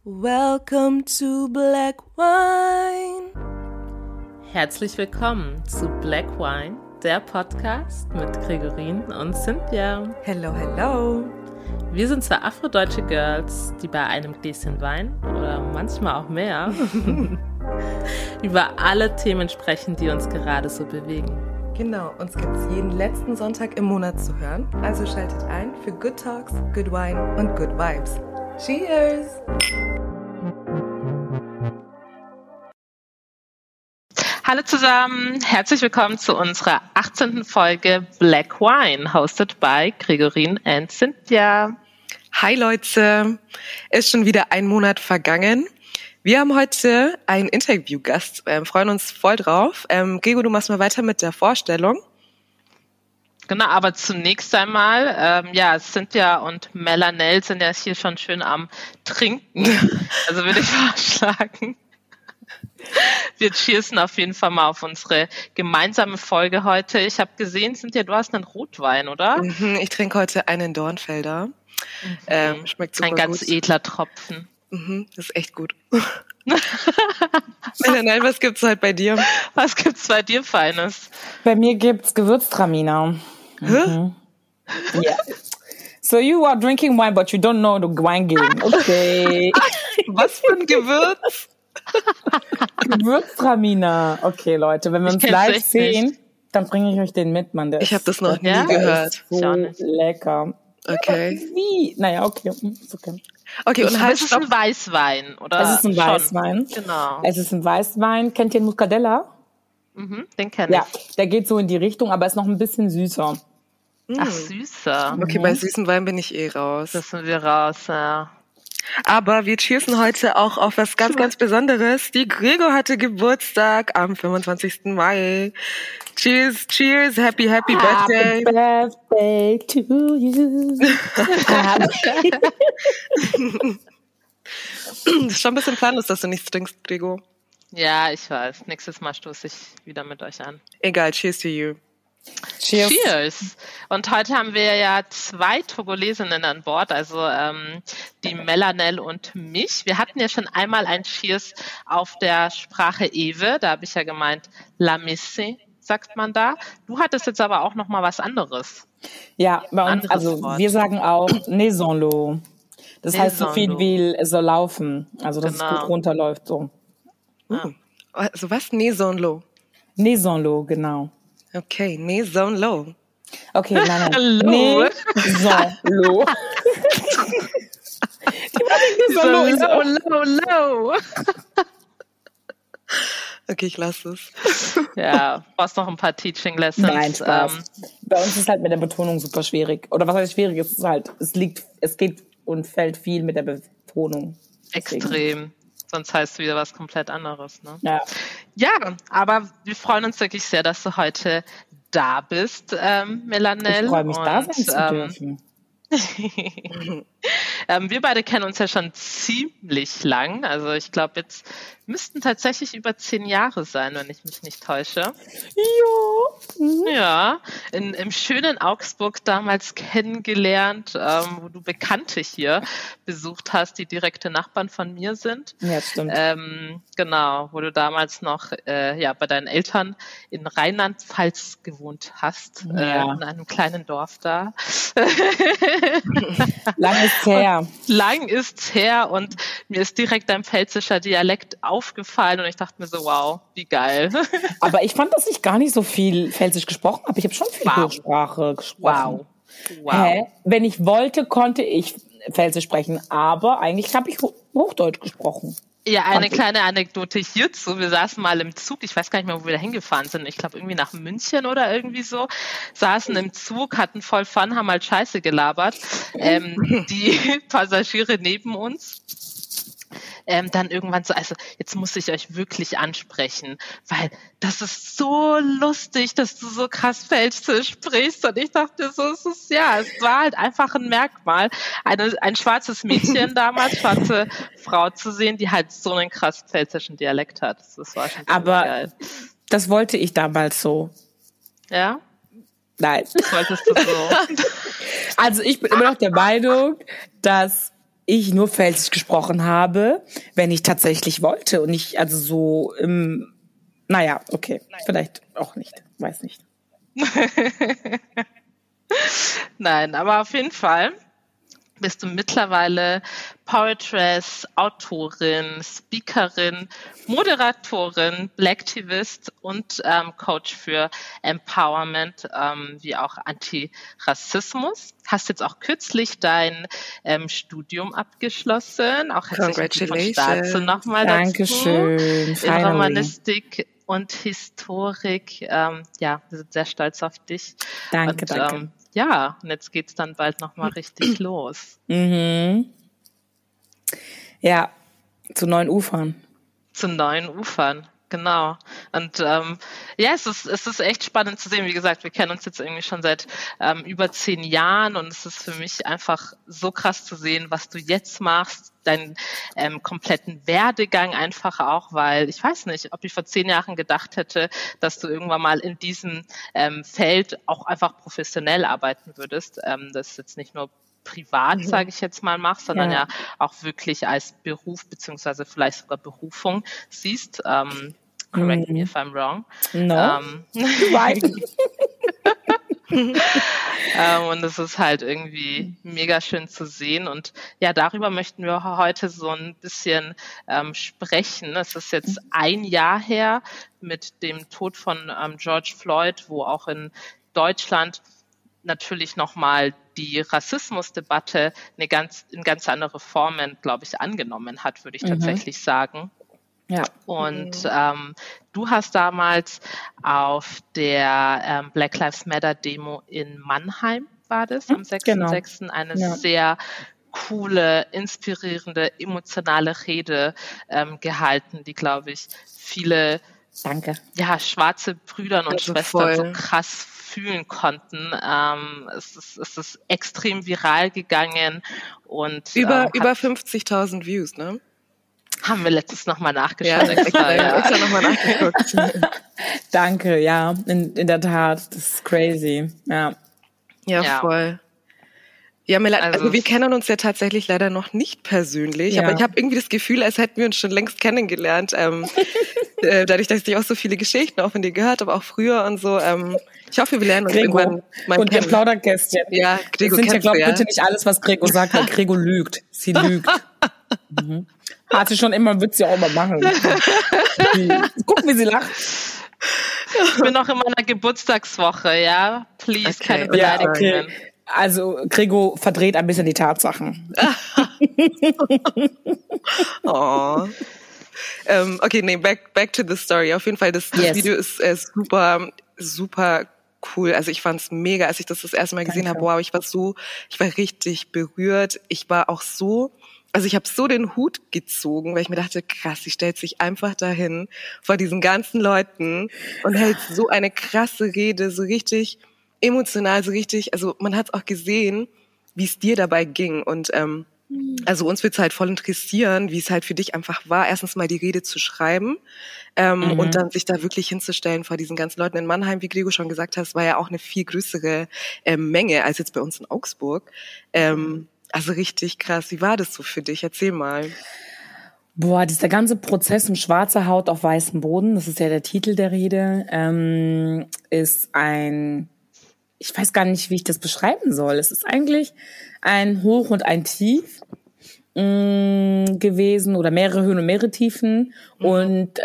Welcome to Black Wine. Herzlich willkommen zu Black Wine, der Podcast mit Gregorin und Cynthia. Hello, hello. Wir sind zwei afrodeutsche Girls, die bei einem Gläschen Wein oder manchmal auch mehr über alle Themen sprechen, die uns gerade so bewegen. Genau, uns gibt es jeden letzten Sonntag im Monat zu hören. Also schaltet ein für Good Talks, Good Wine und Good Vibes. Cheers! Hallo zusammen, herzlich willkommen zu unserer 18. Folge Black Wine, hosted by Gregorin and Cynthia. Hi Leute, ist schon wieder ein Monat vergangen. Wir haben heute einen Interviewgast, freuen uns voll drauf. Gregor, du machst mal weiter mit der Vorstellung. Genau, aber zunächst einmal, Cynthia und Melanelle sind ja hier schon schön am Trinken. Also würde ich vorschlagen, wir cheersen auf jeden Fall mal auf unsere gemeinsame Folge heute. Ich habe gesehen, Cynthia, du hast einen Rotwein, oder? Ich trinke heute einen Dornfelder. Schmeckt super gut. Ein ganz edler Tropfen. Das ist echt gut. Nein, was gibt's heute bei dir? Was gibt's bei dir Feines? Bei mir gibt's Gewürztraminer. Hä? Yeah. So you are drinking wine, but you don't know the wine game. Okay. Was für ein Gewürz? Gewürztraminer. Okay, Leute, wenn wir uns live sehen, dann bringe ich euch den mit, Mann. Ich habe das noch nie gehört. So lecker. Okay. Wie? Naja, okay. Ist okay. Okay, und es ist ein Weißwein, oder? Es ist ein Weißwein. Genau. Es ist ein Weißwein. Kennt ihr den Muscadella? Den kenne ich. Ja, der geht so in die Richtung, aber ist noch ein bisschen süßer. Ach, süßer. Okay, bei süßem Wein bin ich raus. Das sind wir raus, ja. Aber wir cheersen heute auch auf was ganz, ganz Besonderes. Die Gregor hatte Geburtstag am 25. Mai. Cheers, cheers, happy birthday. Happy birthday to you. Das ist schon ein bisschen planlos, dass du nichts trinkst, Gregor. Ja, ich weiß. Nächstes Mal stoße ich wieder mit euch an. Egal, cheers to you. Cheers. Cheers. Und heute haben wir ja zwei Togolesinnen an Bord, also die Melanelle und mich. Wir hatten ja schon einmal ein Cheers auf der Sprache Ewe, da habe ich ja gemeint, la messe, sagt man da. Du hattest jetzt aber auch noch mal was anderes. Ja, bei uns, also wir sagen auch Nesonlo. Das heißt so viel wie es soll laufen, also dass es gut runterläuft so. Also was? Nesonlo. Nesonlo, genau. Okay, Nesonlo. Okay, nein. Hallo. Nesonlo. Low. Okay, ich lasse es. Ja, brauchst noch ein paar Teaching Lessons. Nein, Spaß. Bei uns ist halt mit der Betonung super schwierig. Oder was heißt schwierig? Es ist halt, es geht und fällt viel mit der Betonung. Deswegen. Extrem. Sonst heißt es wieder was komplett anderes. Ne? Ja, aber wir freuen uns wirklich sehr, dass du heute da bist, Melanelle. Ich freue mich, da sein zu dürfen. Wir beide kennen uns ja schon ziemlich lang. Also ich glaube, jetzt müssten tatsächlich über 10 Jahre sein, wenn ich mich nicht täusche. Ja, im schönen Augsburg damals kennengelernt, wo du Bekannte hier besucht hast, die direkte Nachbarn von mir sind. Ja, stimmt. Genau, wo du damals noch bei deinen Eltern in Rheinland-Pfalz gewohnt hast, in einem kleinen Dorf da. Lang ist's her. Lang ist's her und mir ist direkt dein pfälzischer Dialekt aufgefallen und ich dachte mir so, wow, wie geil. Aber ich fand, dass ich gar nicht so viel Pfälzisch gesprochen habe. Ich habe schon viel Hochsprache gesprochen. Wow. Wenn ich wollte, konnte ich Pfälzisch sprechen, aber eigentlich habe ich Hochdeutsch gesprochen. Ja, eine kleine Anekdote hierzu. Wir saßen mal im Zug, ich weiß gar nicht mehr, wo wir da hingefahren sind. Ich glaube irgendwie nach München oder irgendwie so. Saßen im Zug, hatten voll Fun, haben halt Scheiße gelabert. Die Passagiere neben uns. Dann irgendwann so, also jetzt muss ich euch wirklich ansprechen, weil das ist so lustig, dass du so krass Pfälzisch sprichst. Und ich dachte so, es war halt einfach ein Merkmal, ein schwarzes Mädchen damals, schwarze Frau zu sehen, die halt so einen krass pfälzischen Dialekt hat. Das war schon geil. Das wollte ich damals so. Ja? Nein. Das wolltest du so. Also ich bin immer noch der Meinung, dass ich nur Pfälzisch gesprochen habe, wenn ich tatsächlich wollte und nicht, also so naja, okay, vielleicht auch nicht, weiß nicht. Nein, aber auf jeden Fall bist du mittlerweile Poetress, Autorin, Speakerin, Moderatorin, Blacktivist und Coach für Empowerment wie auch Antirassismus. Hast jetzt auch kürzlich dein Studium abgeschlossen. Auch herzlichen Glückwunsch dazu nochmal dazu. Dankeschön. In Romanistik und Historik. Ja, wir sind sehr stolz auf dich. Danke, danke. Ja, und jetzt geht's dann bald nochmal richtig los. Mhm. Ja, zu neuen Ufern. Zu neuen Ufern, genau. Und ja, es ist echt spannend zu sehen. Wie gesagt, wir kennen uns jetzt irgendwie schon seit über 10 Jahren und es ist für mich einfach so krass zu sehen, was du jetzt machst, deinen kompletten Werdegang einfach auch, weil ich weiß nicht, ob ich vor 10 Jahren gedacht hätte, dass du irgendwann mal in diesem Feld auch einfach professionell arbeiten würdest. Das ist jetzt nicht nur privat, sage ich jetzt mal, machst, sondern ja auch wirklich als Beruf beziehungsweise vielleicht sogar Berufung siehst. Correct me if I'm wrong. No, right. Und es ist halt irgendwie mega schön zu sehen. Und ja, darüber möchten wir heute so ein bisschen sprechen. Es ist jetzt 1 Jahr her mit dem Tod von George Floyd, wo auch in Deutschland natürlich nochmal die Rassismusdebatte in ganz andere Formen, glaube ich, angenommen hat, würde ich tatsächlich sagen. Ja. Und du hast damals auf der Black Lives Matter Demo in Mannheim, war das, am 6.6. eine sehr coole, inspirierende, emotionale Rede gehalten, die, glaube ich, viele schwarze Brüder und Schwestern so krass fühlen konnten. Es ist extrem viral gegangen und über 50.000 Views, ne? Haben wir letztes nochmal nachgeschaut. Extra nochmal nachgeguckt. Danke, ja, in der Tat, das ist crazy, ja. Ja, voll. Ja, also wir kennen uns ja tatsächlich leider noch nicht persönlich, aber ich habe irgendwie das Gefühl, als hätten wir uns schon längst kennengelernt. Dadurch, dass ich auch so viele Geschichten auch von dir gehört habe, auch früher und so. Ich hoffe, wir lernen uns irgendwann mal und kennen. Und ihr Plaudergästchen. Ja, Gregor kennst du. Glaub bitte nicht alles, was Gregor sagt, weil Gregor lügt. Sie lügt. Hatte schon immer, wird sie auch mal machen. Guck, wie sie lacht. Ich bin noch in meiner Geburtstagswoche, ja? Please, keine Beleidigungen. Ja, okay. Also Gregor verdreht ein bisschen die Tatsachen. Oh. Okay, nee, back to the story. Auf jeden Fall, das Video ist super, super cool. Also ich fand's mega, als ich das erste Mal gesehen habe. Wow, ich war richtig berührt. Ich war auch also ich habe so den Hut gezogen, weil ich mir dachte, krass, sie stellt sich einfach dahin vor diesen ganzen Leuten und hält so eine krasse Rede, so richtig emotional, so richtig, also man hat auch gesehen, wie es dir dabei ging und also uns wird's halt voll interessieren, wie es halt für dich einfach war, erstens mal die Rede zu schreiben und dann sich da wirklich hinzustellen vor diesen ganzen Leuten in Mannheim, wie Gregor schon gesagt hat, war ja auch eine viel größere Menge als jetzt bei uns in Augsburg. Also richtig krass. Wie war das so für dich? Erzähl mal. Boah, dieser ganze Prozess um schwarze Haut auf weißem Boden, das ist ja der Titel der Rede, ist ich weiß gar nicht, wie ich das beschreiben soll. Es ist eigentlich ein Hoch und ein Tief gewesen oder mehrere Höhen und mehrere Tiefen. Und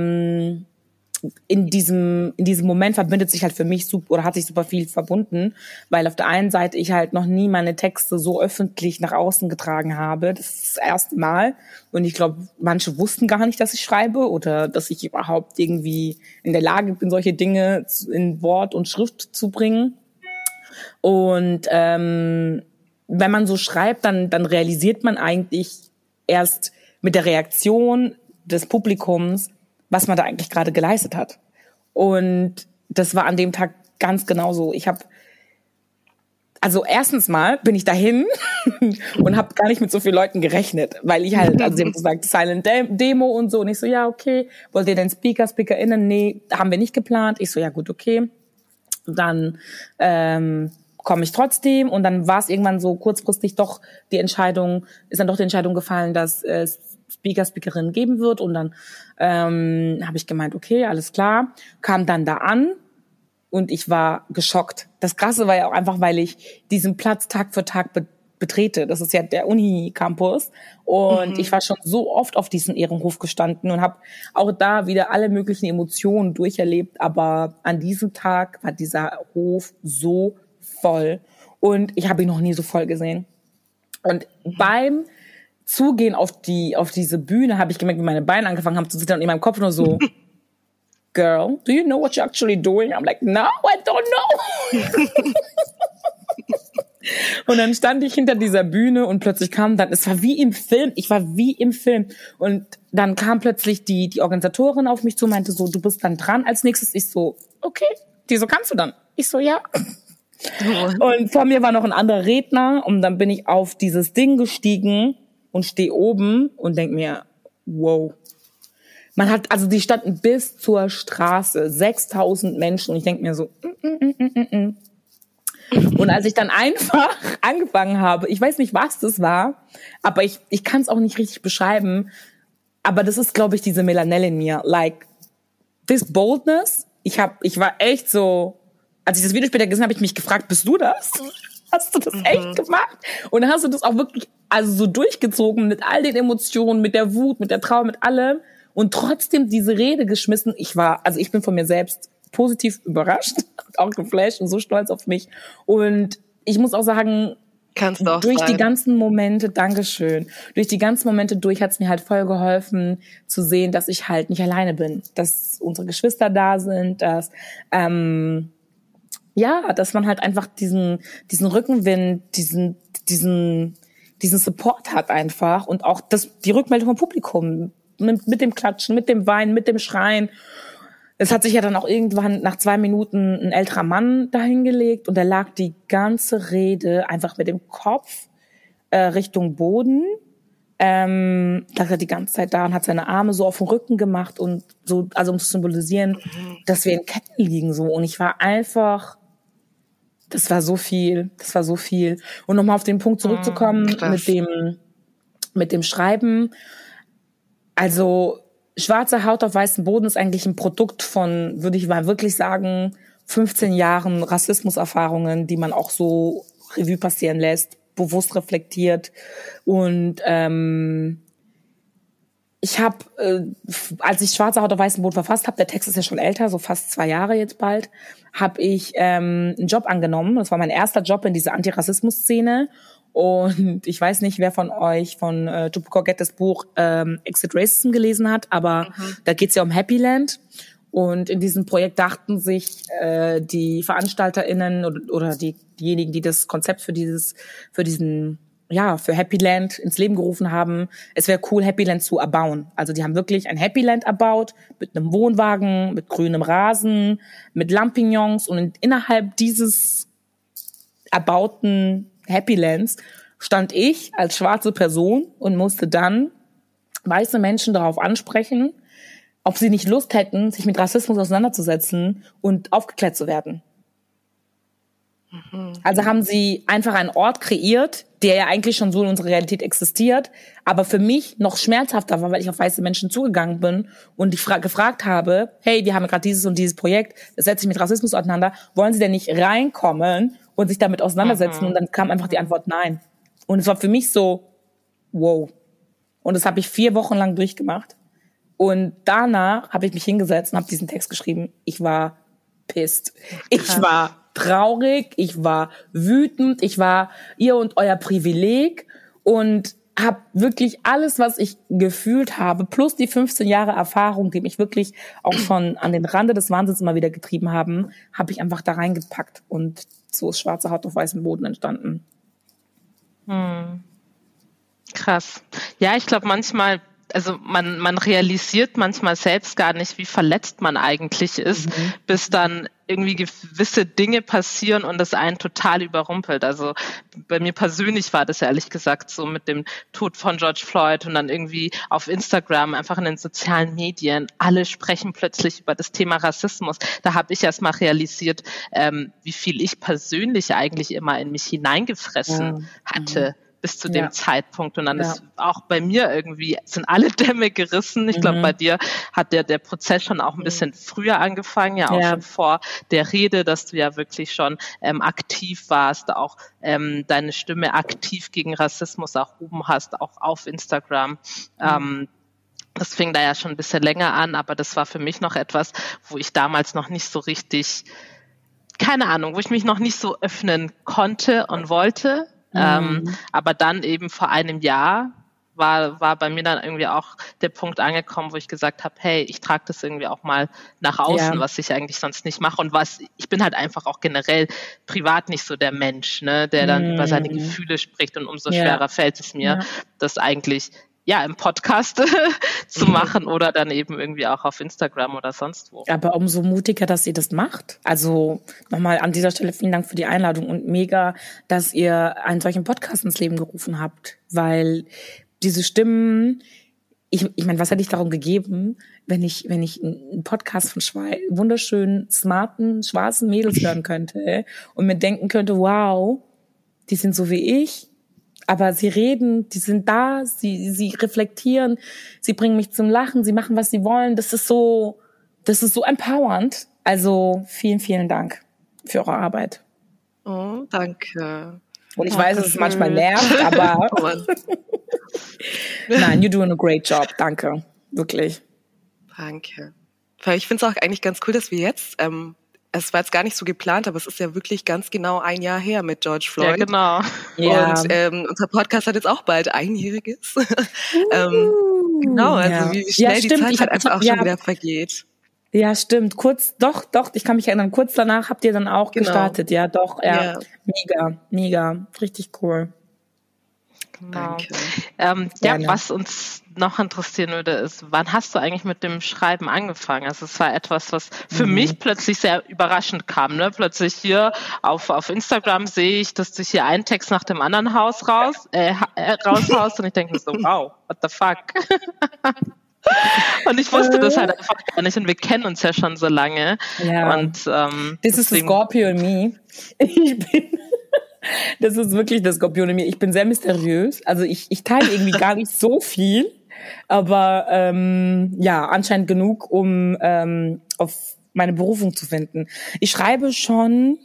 in diesem Moment verbindet sich halt für mich hat sich super viel verbunden, weil auf der einen Seite ich halt noch nie meine Texte so öffentlich nach außen getragen habe. Das ist das erste Mal. Und ich glaube, manche wussten gar nicht, dass ich schreibe oder dass ich überhaupt irgendwie in der Lage bin, solche Dinge in Wort und Schrift zu bringen. Und wenn man so schreibt, dann realisiert man eigentlich erst mit der Reaktion des Publikums, was man da eigentlich gerade geleistet hat. Und das war an dem Tag ganz genauso. Also erstens mal bin ich dahin und habe gar nicht mit so vielen Leuten gerechnet, weil ich halt, also sie haben gesagt, Silent Demo und so. Und ich so, ja, okay. Wollt ihr denn SpeakerInnen? Nee, haben wir nicht geplant. Ich so, ja gut, okay. Dann komme ich trotzdem. Und dann war es irgendwann so kurzfristig ist dann doch die Entscheidung gefallen, dass Speakerin geben wird. Und dann habe ich gemeint, okay, alles klar. Kam dann da an und ich war geschockt. Das Krasse war ja auch einfach, weil ich diesen Platz Tag für Tag betrete. Das ist ja der Uni-Campus. Und ich war schon so oft auf diesem Ehrenhof gestanden und habe auch da wieder alle möglichen Emotionen durcherlebt. Aber an diesem Tag war dieser Hof so voll. Und ich habe ihn noch nie so voll gesehen. Und beim Zugehen auf diese Bühne habe ich gemerkt, wie meine Beine angefangen haben zu zittern und in meinem Kopf nur so, Girl, do you know what you're actually doing? I'm like, no, I don't know. Und dann stand ich hinter dieser Bühne und plötzlich kam dann, es war wie im Film, ich war wie im Film. Und dann kam plötzlich die Organisatorin auf mich zu, meinte so, du bist dann dran als nächstes. Ich so, okay, die so, kannst du dann? Ich so, ja. Und vor mir war noch ein anderer Redner und dann bin ich auf dieses Ding gestiegen und stehe oben und denk mir, wow. Die standen bis zur Straße, 6.000 Menschen und ich denk mir so, Und als ich dann einfach angefangen habe, ich weiß nicht, was das war, aber ich kann es auch nicht richtig beschreiben, aber das ist, glaube ich, diese Melanelle in mir. Like, this boldness, ich war echt so, als ich das Video später gesehen habe, habe ich mich gefragt, bist du das? Hast du das echt gemacht? Und dann hast du das auch wirklich, also so durchgezogen mit all den Emotionen, mit der Wut, mit der Trauer, mit allem und trotzdem diese Rede geschmissen. Ich bin von mir selbst positiv überrascht, auch geflasht und so stolz auf mich. Und ich muss auch sagen, die ganzen Momente, Dankeschön, durch die ganzen Momente hat es mir halt voll geholfen zu sehen, dass ich halt nicht alleine bin, dass unsere Geschwister da sind, dass dass man halt einfach diesen Rückenwind, diesen Support hat einfach und auch die Rückmeldung vom Publikum mit dem Klatschen, mit dem Weinen, mit dem Schreien. Es hat sich ja dann auch irgendwann nach 2 Minuten ein älterer Mann dahingelegt und er lag die ganze Rede einfach mit dem Kopf Richtung Boden. Lag er die ganze Zeit da und hat seine Arme so auf den Rücken gemacht und so, also um zu symbolisieren, dass wir in Ketten liegen so. Und ich war einfach, das war so viel. Und nochmal auf den Punkt zurückzukommen mit dem Schreiben. Also schwarze Haut auf weißem Boden ist eigentlich ein Produkt von, würde ich mal wirklich sagen, 15 Jahren Rassismuserfahrungen, die man auch so Revue passieren lässt, bewusst reflektiert. Und ich habe, als ich schwarze Haut auf weißem Boden verfasst habe, der Text ist ja schon älter, so fast 2 Jahre jetzt bald, habe ich einen Job angenommen. Das war mein erster Job in dieser Antirassismus-Szene. Und ich weiß nicht, wer von euch von Tupu Corgette das Buch Exit Racism gelesen hat, aber da geht's ja um Happy Land. Und in diesem Projekt dachten sich die VeranstalterInnen oder diejenigen, die das Konzept für Happy Land ins Leben gerufen haben, es wäre cool, Happy Land zu erbauen. Also die haben wirklich ein Happy Land erbaut mit einem Wohnwagen, mit grünem Rasen, mit Lampignons und innerhalb dieses erbauten Happy Lands stand ich als schwarze Person und musste dann weiße Menschen darauf ansprechen, ob sie nicht Lust hätten, sich mit Rassismus auseinanderzusetzen und aufgeklärt zu werden. Also haben sie einfach einen Ort kreiert, der ja eigentlich schon so in unserer Realität existiert, aber für mich noch schmerzhafter war, weil ich auf weiße Menschen zugegangen bin und ich gefragt habe, hey, wir haben gerade dieses und dieses Projekt, das setzt sich mit Rassismus auseinander, wollen Sie denn nicht reinkommen und sich damit auseinandersetzen? Und dann kam einfach die Antwort nein. Und es war für mich so, wow. Und das habe ich 4 Wochen lang durchgemacht. Und danach habe ich mich hingesetzt und habe diesen Text geschrieben. Ich war pissed. Ich war traurig, ich war wütend, ich war ihr und euer Privileg und habe wirklich alles, was ich gefühlt habe, plus die 15 Jahre Erfahrung, die mich wirklich auch schon an den Rande des Wahnsinns immer wieder getrieben haben, habe ich einfach da reingepackt und so ist schwarze Haut auf weißem Boden entstanden. Krass. Ja, ich glaube manchmal also man realisiert manchmal selbst gar nicht, wie verletzt man eigentlich ist, bis dann irgendwie gewisse Dinge passieren und das einen total überrumpelt. Also bei mir persönlich war das ehrlich gesagt so mit dem Tod von George Floyd und dann irgendwie auf Instagram, einfach in den sozialen Medien, alle sprechen plötzlich über das Thema Rassismus. Da habe ich erst mal realisiert, wie viel ich persönlich eigentlich immer in mich hineingefressen hatte. Bis zu dem Zeitpunkt. Und dann ist auch bei mir irgendwie, sind alle Dämme gerissen. Ich glaube, bei dir hat der Prozess schon auch ein bisschen früher angefangen, ja auch schon vor der Rede, dass du ja wirklich schon aktiv warst, auch deine Stimme aktiv gegen Rassismus erhoben hast, auch auf Instagram. Das fing da ja schon ein bisschen länger an, aber das war für mich noch etwas, wo ich damals noch nicht so richtig, keine Ahnung, wo ich mich noch nicht so öffnen konnte und wollte. Aber dann eben vor einem Jahr war bei mir dann irgendwie auch der Punkt angekommen, wo ich gesagt habe, hey, ich trage das irgendwie auch mal nach außen, was ich eigentlich sonst nicht mache. Und ich bin halt einfach auch generell privat nicht so der Mensch, ne, der dann über seine Gefühle spricht, und umso schwerer fällt es mir, das eigentlich im Podcast zu machen oder dann eben irgendwie auch auf Instagram oder sonst wo. Aber umso mutiger, dass ihr das macht. Also nochmal an dieser Stelle vielen Dank für die Einladung und mega, dass ihr einen solchen Podcast ins Leben gerufen habt, weil diese Stimmen, ich meine, was hätte ich darum gegeben, wenn ich einen Podcast von zwei wunderschönen, smarten, schwarzen Mädels hören könnte und mir denken könnte, wow, die sind so wie ich, aber sie reden, die sind da, sie reflektieren, sie bringen mich zum Lachen, sie machen, was sie wollen. Das ist so empowernd. Also vielen, vielen Dank für eure Arbeit. Oh, danke. Und ich weiß, dass es manchmal nervt, aber nein, you're doing a great job. Danke. Wirklich. Danke. Weil ich finde es auch eigentlich ganz cool, dass wir jetzt, es war jetzt gar nicht so geplant, aber es ist ja wirklich ganz genau 1 Jahr her mit George Floyd. Ja, genau. Und unser Podcast hat jetzt auch bald einjähriges. Genau, also wie schnell die Zeit halt einfach auch schon wieder vergeht. Ja, stimmt. Doch, ich kann mich erinnern. Kurz danach habt ihr dann auch gestartet. Ja, doch, ja. Mega. Richtig cool. Genau. Was uns noch interessieren würde, ist, wann hast du eigentlich mit dem Schreiben angefangen? Also es war etwas, was für mich plötzlich sehr überraschend kam. Ne? Plötzlich hier auf Instagram sehe ich, dass du hier einen Text nach dem anderen raushaust und ich denke mir so, wow, what the fuck? Und ich wusste das halt einfach gar nicht, und wir kennen uns ja schon so lange. Ja. Und this is the Scorpio in me. Das ist wirklich das Skorpion in mir. Ich bin sehr mysteriös. Also ich teile irgendwie gar nicht so viel. Aber anscheinend genug, um auf meine Berufung zu finden. Ich schreibe schon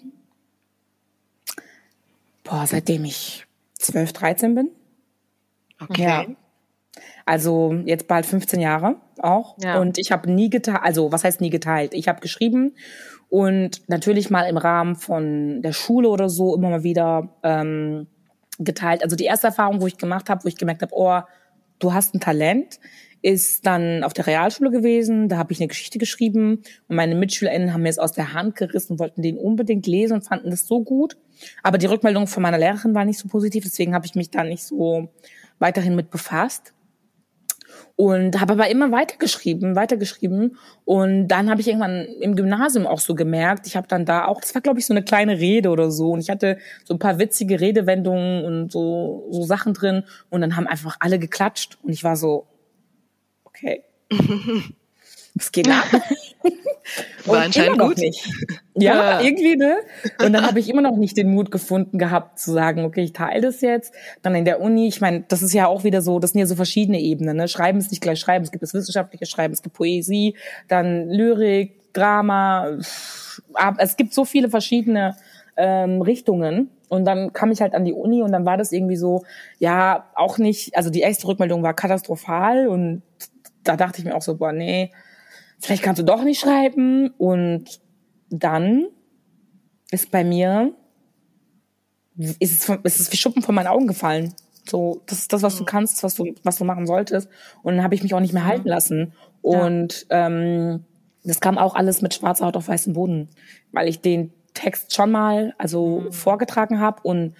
seitdem ich 12, 13 bin. Okay. Ja. Also jetzt bald 15 Jahre auch. Ja. Und ich habe nie geteilt, also was heißt nie geteilt? Ich habe geschrieben und natürlich mal im Rahmen von der Schule oder so immer mal wieder geteilt. Also die erste Erfahrung, wo ich gemacht habe, wo ich gemerkt habe, oh, du hast ein Talent, ist dann auf der Realschule gewesen. Da habe ich eine Geschichte geschrieben und meine MitschülerInnen haben mir es aus der Hand gerissen, wollten den unbedingt lesen und fanden das so gut. Aber die Rückmeldung von meiner Lehrerin war nicht so positiv, deswegen habe ich mich da nicht so weiterhin mit befasst. Und habe aber immer weitergeschrieben. Und dann habe ich irgendwann im Gymnasium auch so gemerkt, ich habe dann da auch, das war glaube ich so eine kleine Rede oder so. Und ich hatte so ein paar witzige Redewendungen und so Sachen drin. Und dann haben einfach alle geklatscht. Und ich war so, okay. Was geht ab? War anscheinend gut. Nicht. Ja, irgendwie, ne? Und dann habe ich immer noch nicht den Mut gefunden gehabt, zu sagen, okay, ich teile das jetzt. Dann in der Uni, ich meine, das ist ja auch wieder so, das sind ja so verschiedene Ebenen, ne? Schreiben ist nicht gleich Schreiben. Es gibt das wissenschaftliche Schreiben, es gibt Poesie, dann Lyrik, Drama. Es gibt so viele verschiedene Richtungen. Und dann kam ich halt an die Uni und dann war das irgendwie so, ja, auch nicht, also die erste Rückmeldung war katastrophal und da dachte ich mir auch so, boah, nee, vielleicht kannst du doch nicht schreiben. Und dann ist bei mir, ist es wie Schuppen von meinen Augen gefallen. So, das ist das, was du kannst, was du machen solltest. Und dann habe ich mich auch nicht mehr halten lassen. Und das kam auch alles mit schwarzer Haut auf weißem Boden, weil ich den Text schon mal vorgetragen habe und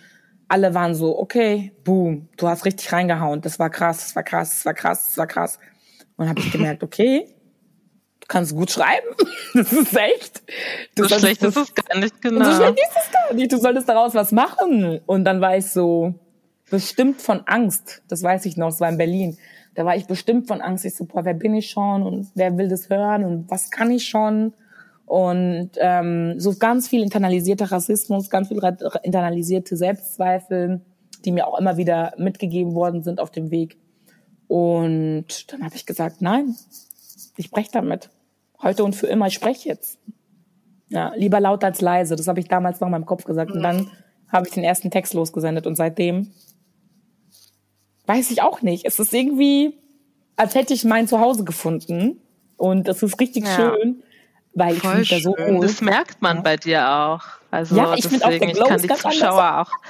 alle waren so, okay, boom, du hast richtig reingehauen. Das war krass, das war krass, das war krass, das war krass. Und habe ich gemerkt, okay, du kannst gut schreiben. Das ist echt. So schlecht ist es gar nicht, genau. So schlecht ist es gar nicht. Du solltest daraus was machen. Und dann war ich so bestimmt von Angst. Das weiß ich noch, es war in Berlin. Da war ich bestimmt von Angst. Ich so, boah, wer bin ich schon? Und wer will das hören? Und was kann ich schon? Und so ganz viel internalisierter Rassismus, ganz viel internalisierte Selbstzweifel, die mir auch immer wieder mitgegeben worden sind auf dem Weg. Und dann habe ich gesagt, nein, ich spreche damit. Heute und für immer, ich spreche jetzt. Ja, lieber laut als leise. Das habe ich damals noch in meinem Kopf gesagt. Und dann habe ich den ersten Text losgesendet. Und seitdem weiß ich auch nicht. Es ist irgendwie, als hätte ich mein Zuhause gefunden. Und das ist richtig schön. Weil ich finde da so cool. Das merkt man bei dir auch. Also ja, ich finde auch, der Glow ich kann die Zuschauer auch.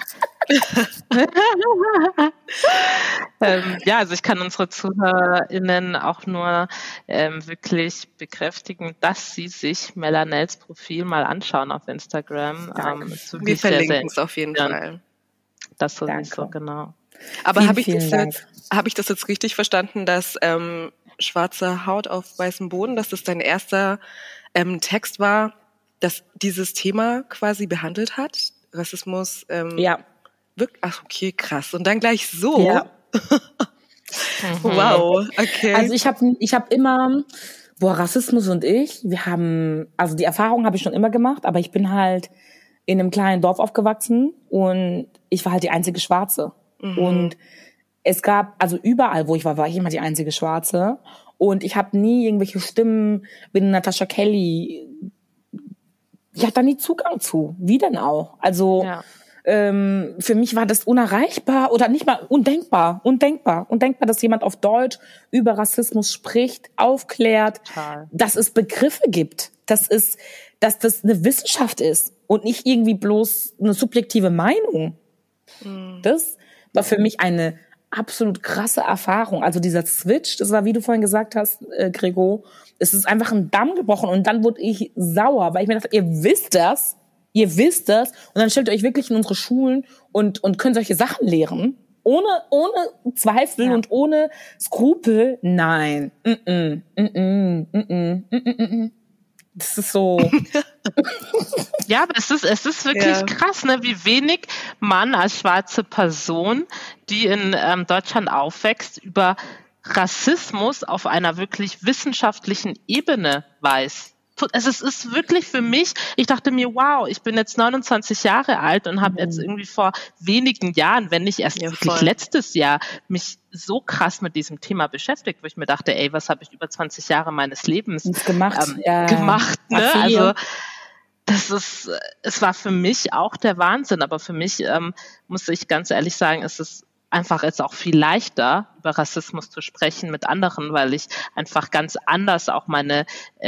Also ich kann unsere ZuhörerInnen auch nur wirklich bekräftigen, dass sie sich Melanels Profil mal anschauen auf Instagram. Wir verlinken es auf jeden Fall. Das sowieso, genau. Aber habe ich das jetzt richtig verstanden, dass schwarze Haut auf weißem Boden, dass das dein erster Text war, das dieses Thema quasi behandelt hat? Rassismus? Ja. Ach, okay, krass. Und dann gleich so? Ja. Wow, okay. Also ich hab immer, Rassismus und wir haben, also die Erfahrung habe ich schon immer gemacht, aber ich bin halt in einem kleinen Dorf aufgewachsen und ich war halt die einzige Schwarze. Und es gab, also überall, wo ich war ich immer die einzige Schwarze. Und ich habe nie irgendwelche Stimmen wie Natasha Kelly. Ich hatte da nie Zugang zu. Wie denn auch? Also für mich war das unerreichbar oder nicht mal undenkbar, dass jemand auf Deutsch über Rassismus spricht, aufklärt, dass es Begriffe gibt, dass das eine Wissenschaft ist und nicht irgendwie bloß eine subjektive Meinung. Das war für mich eine absolut krasse Erfahrung. Also dieser Switch, das war, wie du vorhin gesagt hast, Gregor, es ist einfach ein Damm gebrochen und dann wurde ich sauer, weil ich mir dachte, ihr wisst das und dann stellt ihr euch wirklich in unsere Schulen und könnt solche Sachen lehren, ohne Zweifel und ohne Skrupel. Nein. Das ist so. Ja, aber es ist wirklich krass, ne, wie wenig man als schwarze Person, die in Deutschland aufwächst, über Rassismus auf einer wirklich wissenschaftlichen Ebene weiß. Also es ist wirklich für mich, ich dachte mir, wow, ich bin jetzt 29 Jahre alt und habe jetzt irgendwie vor wenigen Jahren, wenn nicht erst wirklich letztes Jahr, mich so krass mit diesem Thema beschäftigt, wo ich mir dachte, ey, was habe ich über 20 Jahre meines Lebens gemacht, ne? Also es war für mich auch der Wahnsinn, aber für mich, muss ich ganz ehrlich sagen, ist es einfach jetzt auch viel leichter, über Rassismus zu sprechen mit anderen, weil ich einfach ganz anders auch meine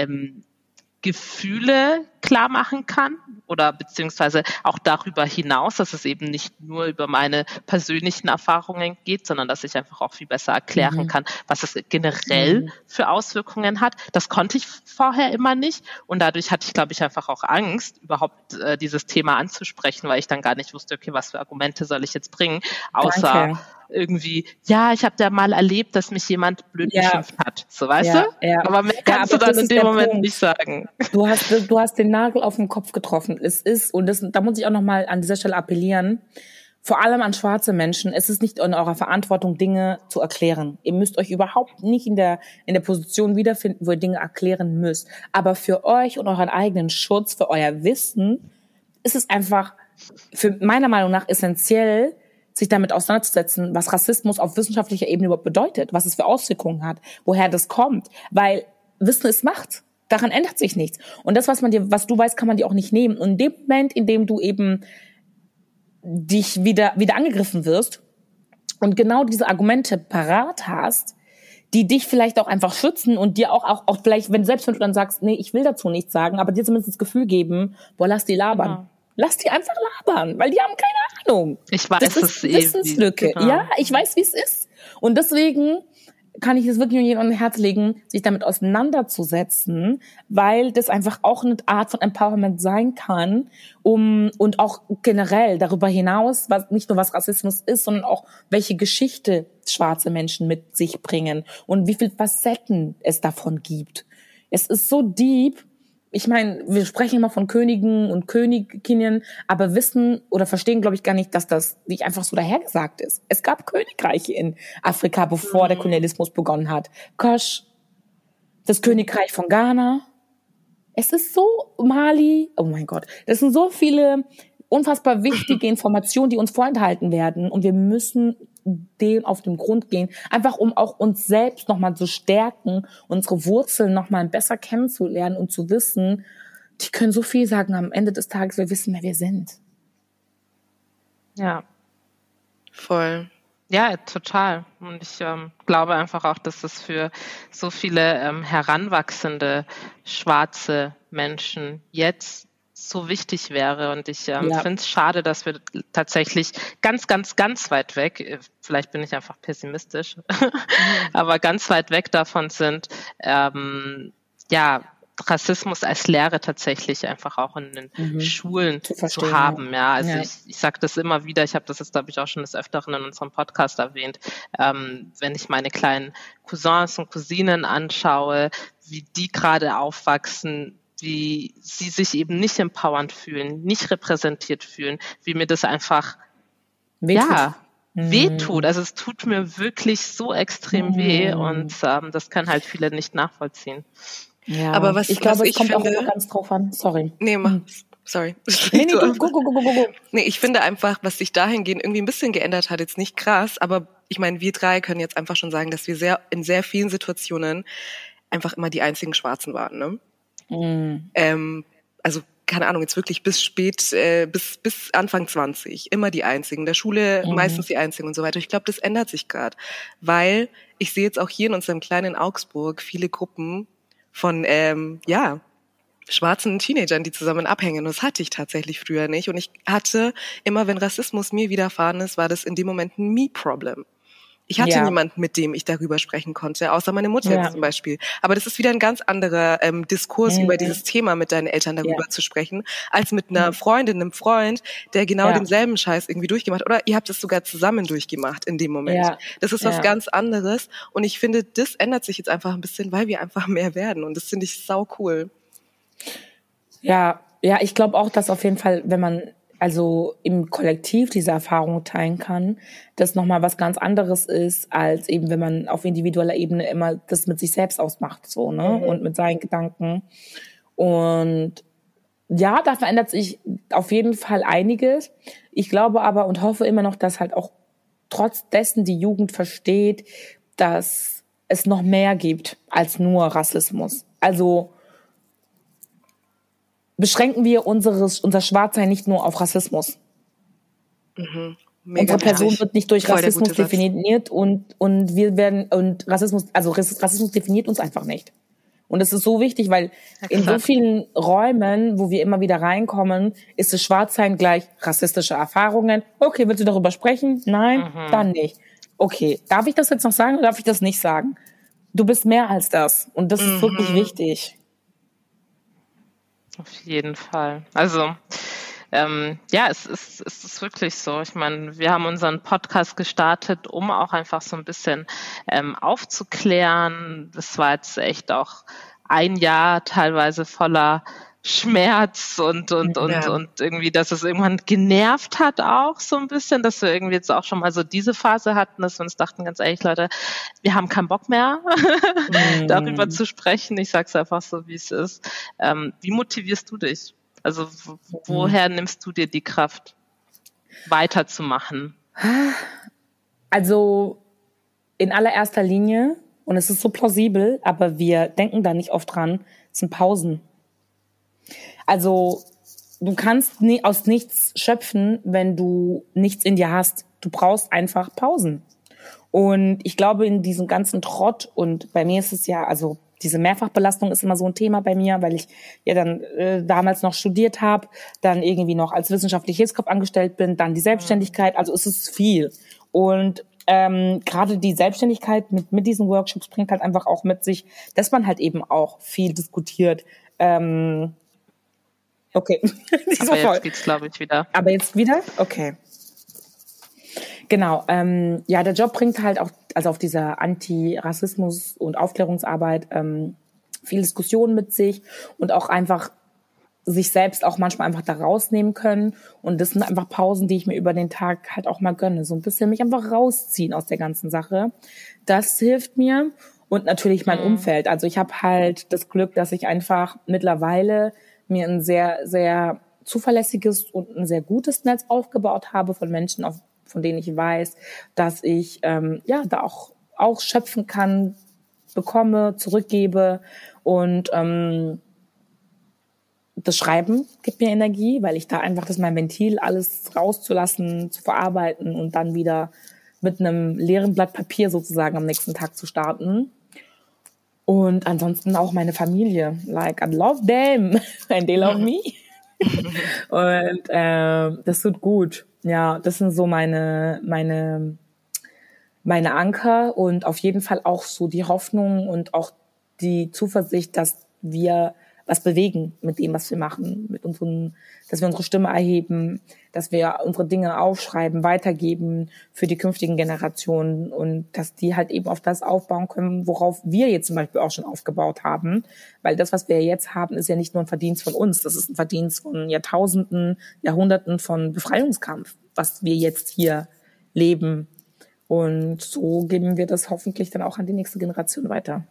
Gefühle klar machen kann oder beziehungsweise auch darüber hinaus, dass es eben nicht nur über meine persönlichen Erfahrungen geht, sondern dass ich einfach auch viel besser erklären kann, was es generell für Auswirkungen hat. Das konnte ich vorher immer nicht und dadurch hatte ich, glaube ich, einfach auch Angst, überhaupt dieses Thema anzusprechen, weil ich dann gar nicht wusste, okay, was für Argumente soll ich jetzt bringen, außer irgendwie, ja, ich habe da mal erlebt, dass mich jemand blöd beschimpft hat, so, weißt du? Ja. Aber mehr kannst du dann in dem Moment nicht sagen. Du hast den Nagel auf den Kopf getroffen. Es ist, und da muss ich auch nochmal an dieser Stelle appellieren, vor allem an schwarze Menschen, es ist nicht in eurer Verantwortung, Dinge zu erklären. Ihr müsst euch überhaupt nicht in der Position wiederfinden, wo ihr Dinge erklären müsst. Aber für euch und euren eigenen Schutz, für euer Wissen, ist es einfach, für meiner Meinung nach, essentiell, sich damit auseinanderzusetzen, was Rassismus auf wissenschaftlicher Ebene überhaupt bedeutet, was es für Auswirkungen hat, woher das kommt. Weil Wissen ist Macht. Daran ändert sich nichts. Und das, was du weißt, kann man dir auch nicht nehmen. Und in dem Moment, in dem du eben dich wieder angegriffen wirst und genau diese Argumente parat hast, die dich vielleicht auch einfach schützen und dir auch vielleicht, wenn du dann sagst, nee, ich will dazu nichts sagen, aber dir zumindest das Gefühl geben, boah, lass die labern. Genau. Lass die einfach labern, weil die haben keine Ahnung. Ich weiß, das ist Wissenslücke. Genau. Ja, ich weiß, wie es ist. Und deswegen kann ich es wirklich nur jedem ans Herz legen, sich damit auseinanderzusetzen, weil das einfach auch eine Art von Empowerment sein kann, und auch generell darüber hinaus, was nicht nur was Rassismus ist, sondern auch welche Geschichte schwarze Menschen mit sich bringen und wie viele Facetten es davon gibt. Es ist so deep. Ich meine, wir sprechen immer von Königen und Königinnen, aber wissen oder verstehen, glaube ich, gar nicht, dass das nicht einfach so dahergesagt ist. Es gab Königreiche in Afrika, bevor der Kolonialismus begonnen hat. Kosch, das Königreich von Ghana. Es ist so, Mali, oh mein Gott, das sind so viele unfassbar wichtige Informationen, die uns vorenthalten werden, und wir müssen dem auf den Grund gehen, einfach um auch uns selbst nochmal zu stärken, unsere Wurzeln nochmal besser kennenzulernen und zu wissen, die können so viel sagen am Ende des Tages, wir wissen, wer wir sind. Ja. Voll. Ja, total. Und ich glaube einfach auch, dass es für so viele heranwachsende schwarze Menschen jetzt so wichtig wäre. Und ich finde es schade, dass wir tatsächlich ganz, ganz, ganz weit weg, vielleicht bin ich einfach pessimistisch, aber ganz weit weg davon sind, Rassismus als Lehre tatsächlich einfach auch in den Schulen zu haben. Ja, also ich sage das immer wieder, ich habe das jetzt, glaube ich, auch schon des Öfteren in unserem Podcast erwähnt, wenn ich meine kleinen Cousins und Cousinen anschaue, wie die gerade aufwachsen, wie sie sich eben nicht empowernd fühlen, nicht repräsentiert fühlen, wie mir das einfach wehtut. Also es tut mir wirklich so extrem weh, und das können halt viele nicht nachvollziehen. Ja, aber ich glaube, es kommt auch immer ganz drauf an. Sorry. Nee, sorry. Go. Nee, ich finde einfach, was sich dahingehend irgendwie ein bisschen geändert hat, jetzt nicht krass, aber ich meine, wir drei können jetzt einfach schon sagen, dass wir in sehr vielen Situationen einfach immer die einzigen Schwarzen waren, ne? Also keine Ahnung, jetzt wirklich bis Anfang 20, immer die Einzigen, der Schule meistens die Einzigen und so weiter. Ich glaube, das ändert sich gerade, weil ich sehe jetzt auch hier in unserem kleinen Augsburg viele Gruppen von schwarzen Teenagern, die zusammen abhängen. Und das hatte ich tatsächlich früher nicht. Und ich hatte immer, wenn Rassismus mir widerfahren ist, war das in dem Moment ein Me-Problem. Ich hatte niemanden, mit dem ich darüber sprechen konnte, außer meine Mutter jetzt zum Beispiel. Aber das ist wieder ein ganz anderer Diskurs, über dieses Thema mit deinen Eltern darüber zu sprechen, als mit einer Freundin, einem Freund, der genau denselben Scheiß irgendwie durchgemacht hat. Oder ihr habt es sogar zusammen durchgemacht in dem Moment. Ja. Das ist was ganz anderes. Und ich finde, das ändert sich jetzt einfach ein bisschen, weil wir einfach mehr werden. Und das finde ich sau cool. Ja, ich glaube auch, dass auf jeden Fall, wenn man also im Kollektiv diese Erfahrung teilen kann, das nochmal was ganz anderes ist, als eben, wenn man auf individueller Ebene immer das mit sich selbst ausmacht, so, ne, und mit seinen Gedanken. Und ja, da verändert sich auf jeden Fall einiges. Ich glaube aber und hoffe immer noch, dass halt auch trotz dessen die Jugend versteht, dass es noch mehr gibt als nur Rassismus. Also beschränken wir unser Schwarzsein nicht nur auf Rassismus. Unsere Person wird nicht durch Rassismus definiert und wir werden, und Rassismus definiert uns einfach nicht. Und das ist so wichtig, weil in so vielen Räumen, wo wir immer wieder reinkommen, ist das Schwarzsein gleich rassistische Erfahrungen. Okay, willst du darüber sprechen? Nein, dann nicht. Okay, darf ich das jetzt noch sagen oder darf ich das nicht sagen? Du bist mehr als das, und das ist wirklich wichtig. Auf jeden Fall. Also, es ist wirklich so. Ich meine, wir haben unseren Podcast gestartet, um auch einfach so ein bisschen aufzuklären. Das war jetzt echt auch ein Jahr teilweise voller Schmerz und irgendwie, dass es irgendwann genervt hat auch so ein bisschen, dass wir irgendwie jetzt auch schon mal so diese Phase hatten, dass wir uns dachten, ganz ehrlich, Leute, wir haben keinen Bock mehr, darüber zu sprechen. Ich sag's einfach so, wie es ist. Wie motivierst du dich? Also woher nimmst du dir die Kraft, weiterzumachen? Also in allererster Linie, und es ist so plausibel, aber wir denken da nicht oft dran, sind Pausen. Also du kannst aus nichts schöpfen, wenn du nichts in dir hast. Du brauchst einfach Pausen. Und ich glaube, in diesem ganzen Trott, und bei mir ist es ja, also diese Mehrfachbelastung ist immer so ein Thema bei mir, weil ich ja dann damals noch studiert habe, dann irgendwie noch als wissenschaftliche Hilfskraft angestellt bin, dann die Selbstständigkeit, also es ist viel. Und gerade die Selbstständigkeit mit diesen Workshops bringt halt einfach auch mit sich, dass man halt eben auch viel diskutiert. Okay. Aber jetzt geht's, glaube ich, wieder. Aber jetzt wieder? Okay. Genau. Ja, der Job bringt halt auch, also auf dieser Anti-Rassismus- und Aufklärungsarbeit viel Diskussion mit sich und auch einfach sich selbst auch manchmal einfach da rausnehmen können. Und das sind einfach Pausen, die ich mir über den Tag halt auch mal gönne. So ein bisschen mich einfach rausziehen aus der ganzen Sache. Das hilft mir. Und natürlich mein Umfeld. Also ich habe halt das Glück, dass ich einfach mittlerweile mir ein sehr, sehr zuverlässiges und ein sehr gutes Netz aufgebaut habe von Menschen, von denen ich weiß, dass ich da auch schöpfen kann, bekomme, zurückgebe. Und das Schreiben gibt mir Energie, weil ich da einfach, das ist mein Ventil, alles rauszulassen, zu verarbeiten und dann wieder mit einem leeren Blatt Papier sozusagen am nächsten Tag zu starten. Und ansonsten auch meine Familie. Like, I love them and they love me. Und das tut gut. Ja, das sind so meine Anker und auf jeden Fall auch so die Hoffnung und auch die Zuversicht, dass wir was bewegen mit dem, was wir machen, dass wir unsere Stimme erheben, dass wir unsere Dinge aufschreiben, weitergeben für die künftigen Generationen und dass die halt eben auf das aufbauen können, worauf wir jetzt zum Beispiel auch schon aufgebaut haben. Weil das, was wir jetzt haben, ist ja nicht nur ein Verdienst von uns, das ist ein Verdienst von Jahrtausenden, Jahrhunderten von Befreiungskampf, was wir jetzt hier leben. Und so geben wir das hoffentlich dann auch an die nächste Generation weiter.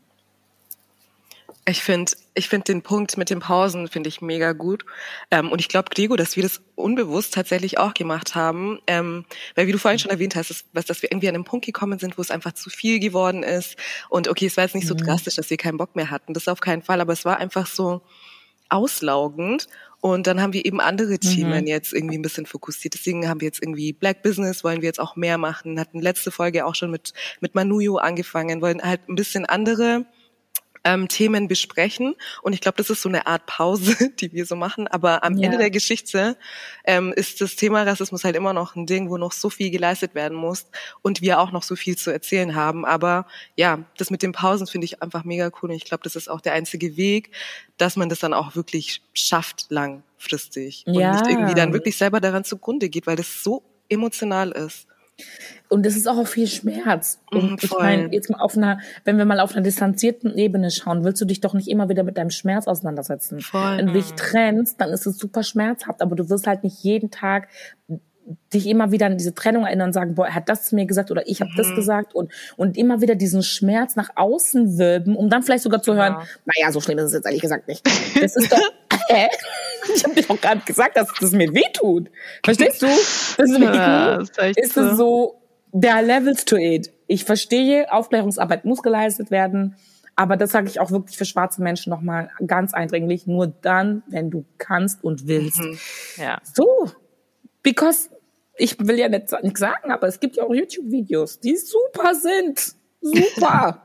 Ich finde den Punkt mit den Pausen finde ich mega gut. Und ich glaube, Gregor, dass wir das unbewusst tatsächlich auch gemacht haben. Weil wie du vorhin schon erwähnt hast, dass wir irgendwie an einem Punkt gekommen sind, wo es einfach zu viel geworden ist. Und okay, es war jetzt nicht so drastisch, dass wir keinen Bock mehr hatten. Das auf keinen Fall. Aber es war einfach so auslaugend. Und dann haben wir eben andere Themen jetzt irgendwie ein bisschen fokussiert. Deswegen haben wir jetzt irgendwie Black Business, wollen wir jetzt auch mehr machen. Hatten letzte Folge auch schon mit Manuyo angefangen, wollen halt ein bisschen andere Themen besprechen. Und ich glaube, das ist so eine Art Pause, die wir so machen. Aber am Ende der Geschichte ist das Thema Rassismus halt immer noch ein Ding, wo noch so viel geleistet werden muss und wir auch noch so viel zu erzählen haben. Aber ja, das mit den Pausen finde ich einfach mega cool. Und ich glaube, das ist auch der einzige Weg, dass man das dann auch wirklich schafft langfristig. Und nicht irgendwie dann wirklich selber daran zugrunde geht, weil das so emotional ist. Und es ist auch viel Schmerz. Und ich meine, jetzt mal wenn wir mal auf einer distanzierten Ebene schauen, willst du dich doch nicht immer wieder mit deinem Schmerz auseinandersetzen. Wenn du dich trennst, dann ist es super schmerzhaft, aber du wirst halt nicht jeden Tag dich immer wieder an diese Trennung erinnern und sagen, boah, er hat das zu mir gesagt oder ich habe das gesagt und immer wieder diesen Schmerz nach außen wölben, um dann vielleicht sogar zu hören, naja, so schlimm ist es jetzt ehrlich gesagt nicht. Das ist doch, ich habe dir doch gerade gesagt, dass das mir wehtut. Verstehst du? Deswegen ist es so, there are levels to it. Ich verstehe, Aufklärungsarbeit muss geleistet werden, aber das sage ich auch wirklich für schwarze Menschen nochmal ganz eindringlich, nur dann, wenn du kannst und willst. Ja. So, because ich will ja nichts sagen, aber es gibt ja auch YouTube-Videos, die super sind. Super.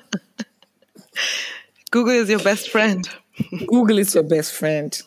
Google is your best friend. Google is your best friend.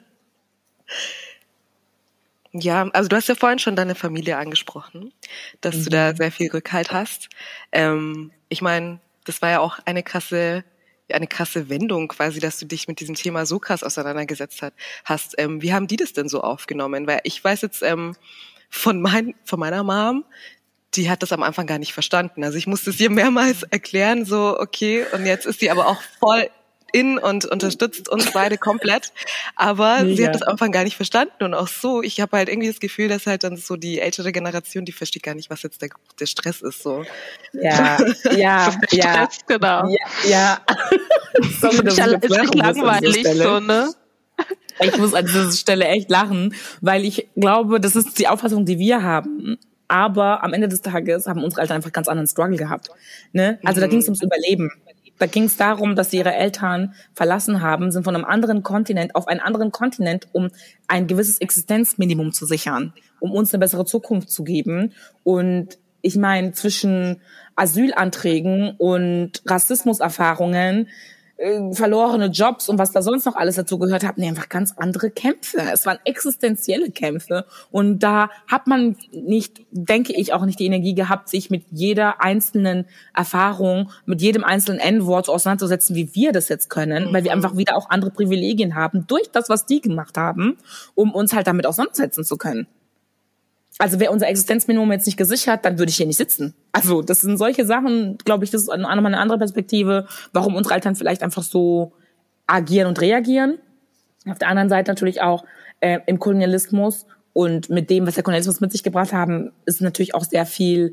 Ja, also du hast ja vorhin schon deine Familie angesprochen, dass du da sehr viel Rückhalt hast. Ich meine, das war ja auch eine krasse Wendung quasi, dass du dich mit diesem Thema so krass auseinandergesetzt hast. Wie haben die das denn so aufgenommen? Weil ich weiß jetzt von meiner Mom, die hat das am Anfang gar nicht verstanden. Also ich musste es ihr mehrmals erklären, so okay, und jetzt ist sie aber auch voll in und unterstützt uns beide komplett. Aber sie hat das am Anfang gar nicht verstanden. Und auch so, ich habe halt irgendwie das Gefühl, dass halt dann so die ältere Generation, die versteht gar nicht, was jetzt der Stress ist. So. Ja. Stress, genau. Ja. Sorry, das ist echt langweilig so, ne? Ich muss an dieser Stelle echt lachen, weil ich glaube, das ist die Auffassung, die wir haben. Aber am Ende des Tages haben unsere Eltern einfach ganz anderen Struggle gehabt. Ne? Also da ging es ums Überleben. Da ging es darum, dass sie ihre Eltern verlassen haben, sind von einem anderen Kontinent auf einen anderen Kontinent, um ein gewisses Existenzminimum zu sichern, um uns eine bessere Zukunft zu geben. Und ich meine, zwischen Asylanträgen und Rassismuserfahrungen verlorene Jobs und was da sonst noch alles dazu gehört hat, einfach ganz andere Kämpfe. Es waren existenzielle Kämpfe und da hat man nicht, denke ich, auch nicht die Energie gehabt, sich mit jeder einzelnen Erfahrung, mit jedem einzelnen N-Wort auseinanderzusetzen, wie wir das jetzt können, weil wir einfach wieder auch andere Privilegien haben, durch das, was die gemacht haben, um uns halt damit auseinandersetzen zu können. Also wäre unser Existenzminimum jetzt nicht gesichert, dann würde ich hier nicht sitzen. Also das sind solche Sachen, glaube ich, das ist nochmal eine andere Perspektive, warum unsere Eltern vielleicht einfach so agieren und reagieren. Auf der anderen Seite natürlich auch im Kolonialismus und mit dem, was der Kolonialismus mit sich gebracht haben, ist natürlich auch sehr viel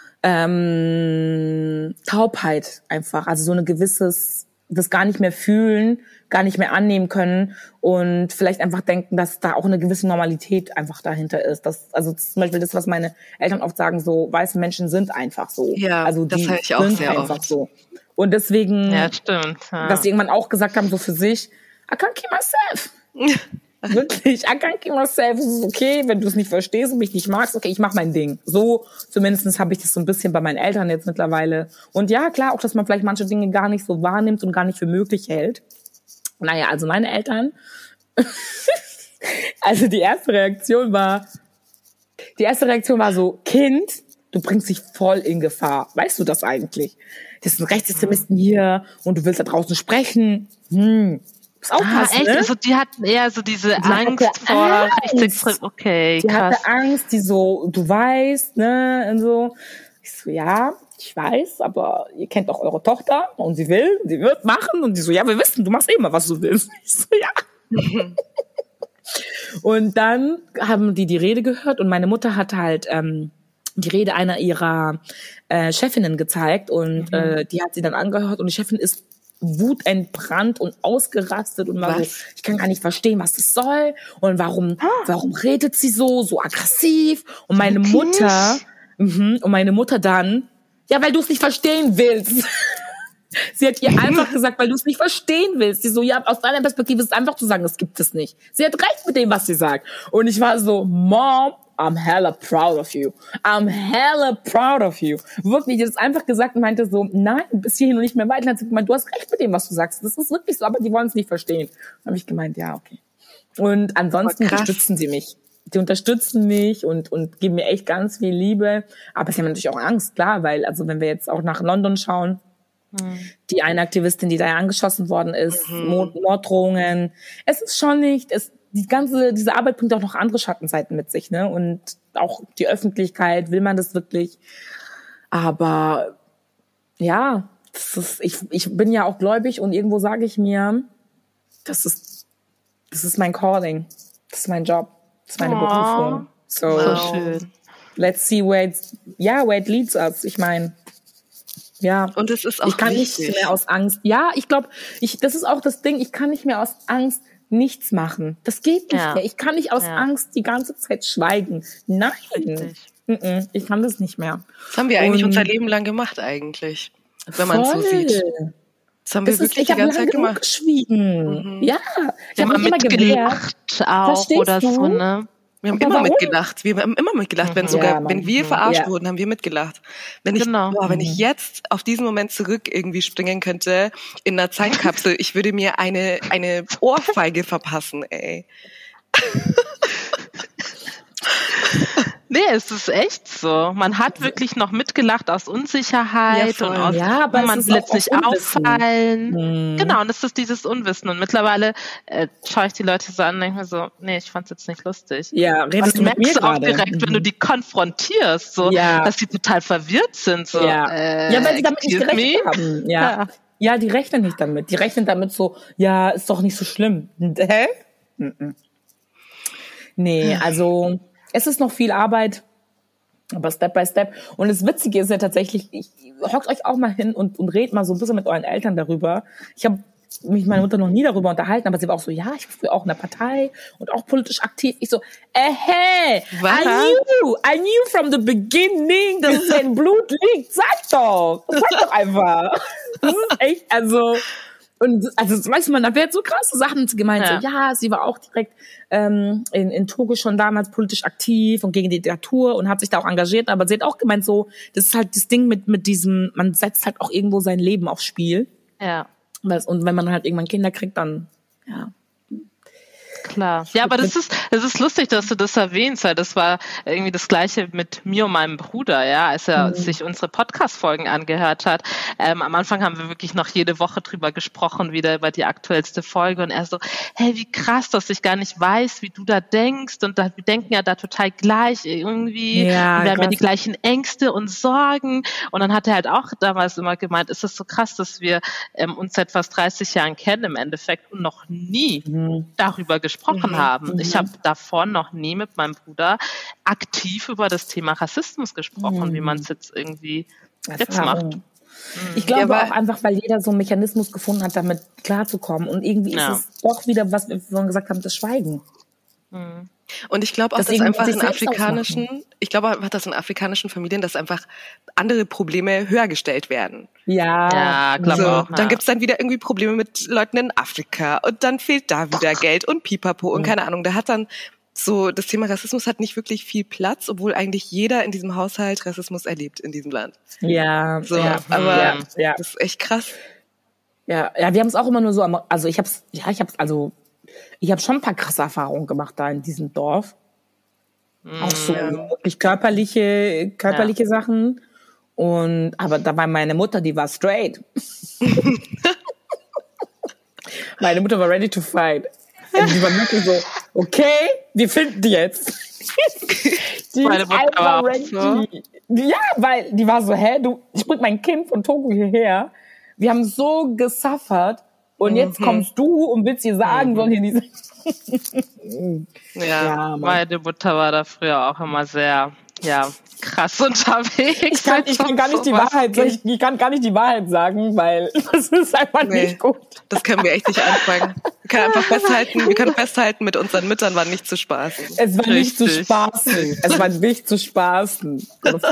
Taubheit einfach. Also so ein gewisses, das gar nicht mehr fühlen, gar nicht mehr annehmen können und vielleicht einfach denken, dass da auch eine gewisse Normalität einfach dahinter ist. Also zum Beispiel das, was meine Eltern oft sagen, so weiße Menschen sind einfach so. Ja, also die das höre ich auch sind sehr einfach oft. So. Und deswegen, Ja, stimmt. Ja. dass sie irgendwann auch gesagt haben, so für sich, I can't keep myself. Wirklich, I can't keep myself. Es ist okay, wenn du es nicht verstehst und mich nicht magst, okay, ich mach mein Ding. So, zumindest habe ich das so ein bisschen bei meinen Eltern jetzt mittlerweile. Und ja, klar, auch, dass man vielleicht manche Dinge gar nicht so wahrnimmt und gar nicht für möglich hält. Naja, also meine Eltern, also die erste Reaktion war so, Kind, du bringst dich voll in Gefahr. Weißt du das eigentlich? Das sind Rechtsextremisten hier und du willst da draußen sprechen. Muss aufpassen, echt? ne? Also die hatten eher so diese Angst vor Rechtsextremen. Okay, die krass. hatte Angst, die so, du weißt, ne, und so. Ich so, ja, ich weiß, aber ihr kennt doch eure Tochter und sie wird machen. Und die so, ja, wir wissen, du machst immer, was du willst. Ich so, ja. Und dann haben die Rede gehört und meine Mutter hat halt die Rede einer ihrer Chefinnen gezeigt und die hat sie dann angehört und die Chefin ist wutentbrannt und ausgerastet und war so, ich kann gar nicht verstehen, was das soll und warum redet sie so aggressiv und meine Mutter dann, ja, weil du es nicht verstehen willst. Sie hat ihr einfach gesagt, weil du es nicht verstehen willst. Sie so, ja, aus deiner Perspektive ist es einfach zu sagen, es gibt es nicht. Sie hat recht mit dem, was sie sagt. Und ich war so, Mom, I'm hella proud of you. I'm hella proud of you. Wirklich, sie hat es einfach gesagt und meinte so, nein, bis hierhin und nicht mehr weiter. Und hat sie gemeint, du hast recht mit dem, was du sagst. Das ist wirklich so, aber die wollen es nicht verstehen. Dann habe ich gemeint, ja, okay. Und ansonsten unterstützen sie mich. Die unterstützen mich und geben mir echt ganz viel Liebe. Aber sie haben natürlich auch Angst, klar, weil, also wenn wir jetzt auch nach London schauen, die eine Aktivistin, die da angeschossen worden ist, Morddrohungen. Es ist schon nicht, diese Arbeit bringt auch noch andere Schattenseiten mit sich, ne? Und auch die Öffentlichkeit, will man das wirklich? Aber, ja, ich bin ja auch gläubig und irgendwo sage ich mir, das ist mein Calling. Das ist mein Job. Das ist meine Berufung. So schön. Let's see where it leads us. Ich meine, ja. Und es ist auch ich kann wichtig. nicht mehr aus Angst. Ja, ich glaube, das ist auch das Ding. Ich kann nicht mehr aus Angst nichts machen. Das geht nicht mehr. Ich kann nicht aus Angst die ganze Zeit schweigen. Nein. Ich kann das nicht mehr. Das haben wir eigentlich unser Leben lang gemacht eigentlich. Wenn man es so sieht. Das haben wir wirklich die ganze Zeit gemacht. Geschwiegen. Ja. Ich habe mich immer gewehrt. Auch oder so, ne? Wir haben immer mitgelacht. Wenn wir verarscht wurden, haben wir mitgelacht. Wenn ich jetzt auf diesen Moment zurück irgendwie springen könnte in einer Zeitkapsel, ich würde mir eine Ohrfeige verpassen, ey. Nee, es ist echt so. Man hat wirklich noch mitgelacht aus Unsicherheit und aus, aber man will jetzt nicht auffallen. Genau, und es ist dieses Unwissen. Und mittlerweile schaue ich die Leute so an und denke mir so, nee, ich fand's jetzt nicht lustig. Ja, redest du mit mir merkst auch gerade? direkt, wenn du die konfrontierst, so, dass die total verwirrt sind. So, weil sie damit nicht gerechnet haben. Ja, die rechnen nicht damit. Die rechnen damit so, ja, ist doch nicht so schlimm. Hä? Nee, also es ist noch viel Arbeit, aber Step by Step. Und das Witzige ist ja tatsächlich, hockt euch auch mal hin und redet mal so ein bisschen mit euren Eltern darüber. Ich habe mich mit meiner Mutter noch nie darüber unterhalten, aber sie war auch so, ja, ich war früher auch in der Partei und auch politisch aktiv. Ich so, hey, I knew from the beginning, dass es in Blut liegt. Sag doch einfach. Das ist echt, also weißt du, man erfährt so krasse Sachen gemeint. So, ja, sie war auch direkt in Togo schon damals politisch aktiv und gegen die Diktatur und hat sich da auch engagiert, aber sie hat auch gemeint, so, das ist halt das Ding mit diesem, man setzt halt auch irgendwo sein Leben aufs Spiel. Ja. Und wenn man halt irgendwann Kinder kriegt, dann, ja. Klar. Ja, aber das ist lustig, dass du das erwähnst, weil das war irgendwie das Gleiche mit mir und meinem Bruder, ja, als er sich unsere Podcast-Folgen angehört hat. Am Anfang haben wir wirklich noch jede Woche drüber gesprochen, wieder über die aktuellste Folge, und er so, hey, wie krass, dass ich gar nicht weiß, wie du da denkst, und wir denken ja da total gleich irgendwie, Ja, und wir haben ja krass. die gleichen Ängste und Sorgen, und dann hat er halt auch damals immer gemeint, ist es so krass, dass wir uns seit fast 30 Jahren kennen im Endeffekt und noch nie darüber gesprochen haben. Ich habe davor noch nie mit meinem Bruder aktiv über das Thema Rassismus gesprochen, wie man es jetzt irgendwie jetzt macht. Ich glaube auch einfach, weil jeder so einen Mechanismus gefunden hat, damit klarzukommen. Und irgendwie ist es doch wieder, was wir vorhin gesagt haben, das Schweigen. Und ich glaube auch, dass einfach in afrikanischen Familien, dass einfach andere Probleme höher gestellt werden. Ja, glaube So, auch. dann gibt's dann wieder irgendwie Probleme mit Leuten in Afrika und dann fehlt da wieder Geld und Pipapo und keine Ahnung. Da hat dann so, das Thema Rassismus hat nicht wirklich viel Platz, obwohl eigentlich jeder in diesem Haushalt Rassismus erlebt in diesem Land. Ja, So, ja, aber ja. das ist echt krass. Ja, wir haben es auch immer nur so, also ich habe schon ein paar krasse Erfahrungen gemacht da in diesem Dorf. Auch so wirklich körperliche Sachen. Aber da war meine Mutter, die war straight. Meine Mutter war ready to fight. Also die war wirklich so, okay, wir finden die jetzt. Die Meine Mutter war auch so. Ja, weil die war so, ich bring mein Kind von Togo hierher. Wir haben so gesuffert. Und jetzt kommst du und willst ihr sagen, soll hier nicht sein. Ja, meine Mutter war da früher auch immer sehr, krass unterwegs. Ich kann gar nicht die Wahrheit sagen. Ich kann gar nicht die Wahrheit sagen, weil das ist einfach nicht gut. Das können wir echt nicht anfangen. Wir können festhalten, mit unseren Müttern war nicht zu spaßen. Es war nicht zu spaßen.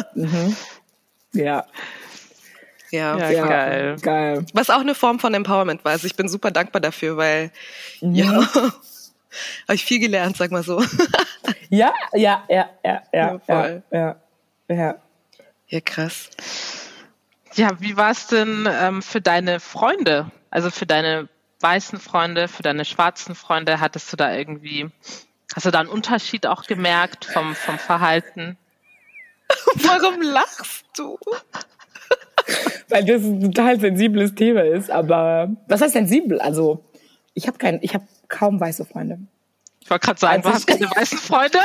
Ja. Ja, geil. Was auch eine Form von Empowerment war. Also ich bin super dankbar dafür, weil habe ich viel gelernt, sag mal so. Ja, voll. Ja, krass. Ja, wie war es denn für deine Freunde? Also für deine weißen Freunde, für deine schwarzen Freunde, hast du da einen Unterschied auch gemerkt vom Verhalten? Warum lachst du? Weil das ein total sensibles Thema ist, aber was heißt sensibel? Also ich habe kaum weiße Freunde. Ich wollte gerade sagen, du hast keine weißen Freunde?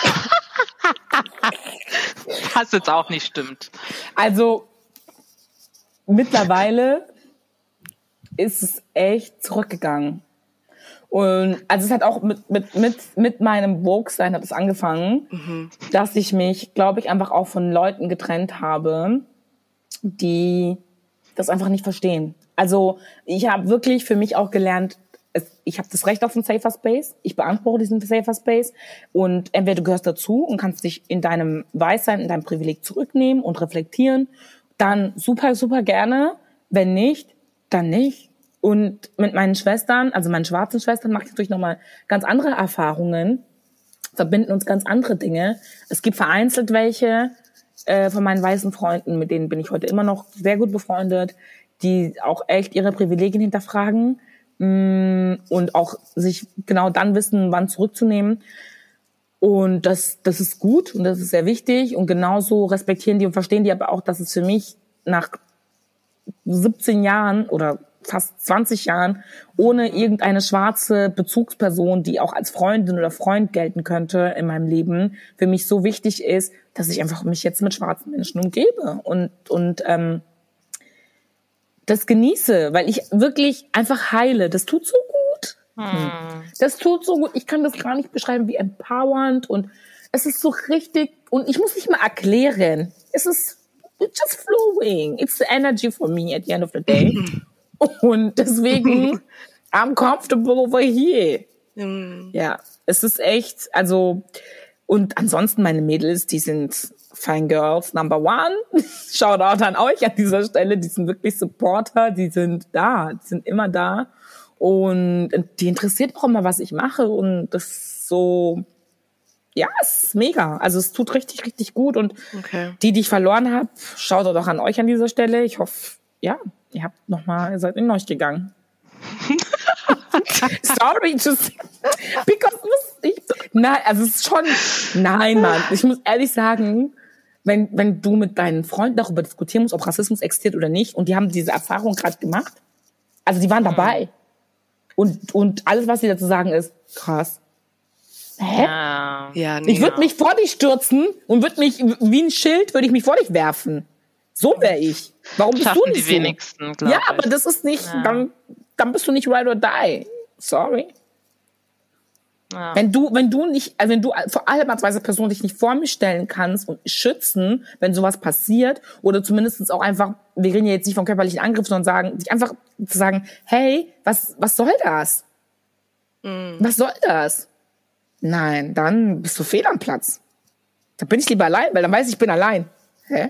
Was jetzt auch nicht stimmt. Also mittlerweile ist es echt zurückgegangen. Und also es hat auch mit meinem Woke-Sein hat es angefangen, dass ich mich, glaube ich, einfach auch von Leuten getrennt habe, die das einfach nicht verstehen. Also ich habe wirklich für mich auch gelernt, ich habe das Recht auf einen Safer Space, ich beanspruche diesen Safer Space und entweder du gehörst dazu und kannst dich in deinem Weißsein, in deinem Privileg zurücknehmen und reflektieren, dann super, super gerne. Wenn nicht, dann nicht. Und mit meinen Schwestern, also meinen schwarzen Schwestern, mache ich natürlich nochmal ganz andere Erfahrungen, verbinden uns ganz andere Dinge. Es gibt vereinzelt welche von meinen weißen Freunden, mit denen bin ich heute immer noch sehr gut befreundet, die auch echt ihre Privilegien hinterfragen und auch sich genau dann wissen, wann zurückzunehmen. Und das ist gut und das ist sehr wichtig. Und genauso respektieren die und verstehen die aber auch, dass es für mich nach 17 Jahren oder fast 20 Jahren ohne irgendeine schwarze Bezugsperson, die auch als Freundin oder Freund gelten könnte in meinem Leben, für mich so wichtig ist, dass ich einfach mich jetzt mit schwarzen Menschen umgebe und das genieße, weil ich wirklich einfach heile. Das tut so gut. Das tut so gut. Ich kann das gar nicht beschreiben, wie empowernd und es ist so richtig und ich muss nicht mal erklären. It's just flowing. It's the energy for me at the end of the day. Und deswegen, I'm comfortable over here. Ja, es ist echt, also, und ansonsten meine Mädels, die sind Fine Girls Number One. Shoutout an euch an dieser Stelle, die sind wirklich Supporter, die sind immer da. Und die interessiert auch immer, was ich mache und das ist so, ja, es ist mega. Also es tut richtig, richtig gut und die ich verloren habe, Shoutout auch an euch an dieser Stelle. Ich hoffe, ja, ihr seid in euch gegangen. Sorry, just because nein, also es ist schon, nein, Mann, ich muss ehrlich sagen, wenn du mit deinen Freunden darüber diskutieren musst, ob Rassismus existiert oder nicht, und die haben diese Erfahrung gerade gemacht, also die waren dabei, und alles, was sie dazu sagen, ist krass. Hä? Ja, nee, ich würde mich vor dich stürzen und würde mich, wie ein Schild, würde ich mich vor dich werfen. So wäre ich. Warum bist du nicht die so? Wenigsten, glaube ich. Ja, aber das ist nicht, dann bist du nicht ride or die. Sorry. Ja. Wenn du vor allem als weiße Person dich nicht vor mir stellen kannst und schützen, wenn sowas passiert, oder zumindest auch einfach, wir reden ja jetzt nicht von körperlichen Angriffen, sondern dich einfach zu sagen, hey, was soll das? Was soll das? Nein, dann bist du fehl am Platz. Dann bin ich lieber allein, weil dann weiß ich bin allein. Hä?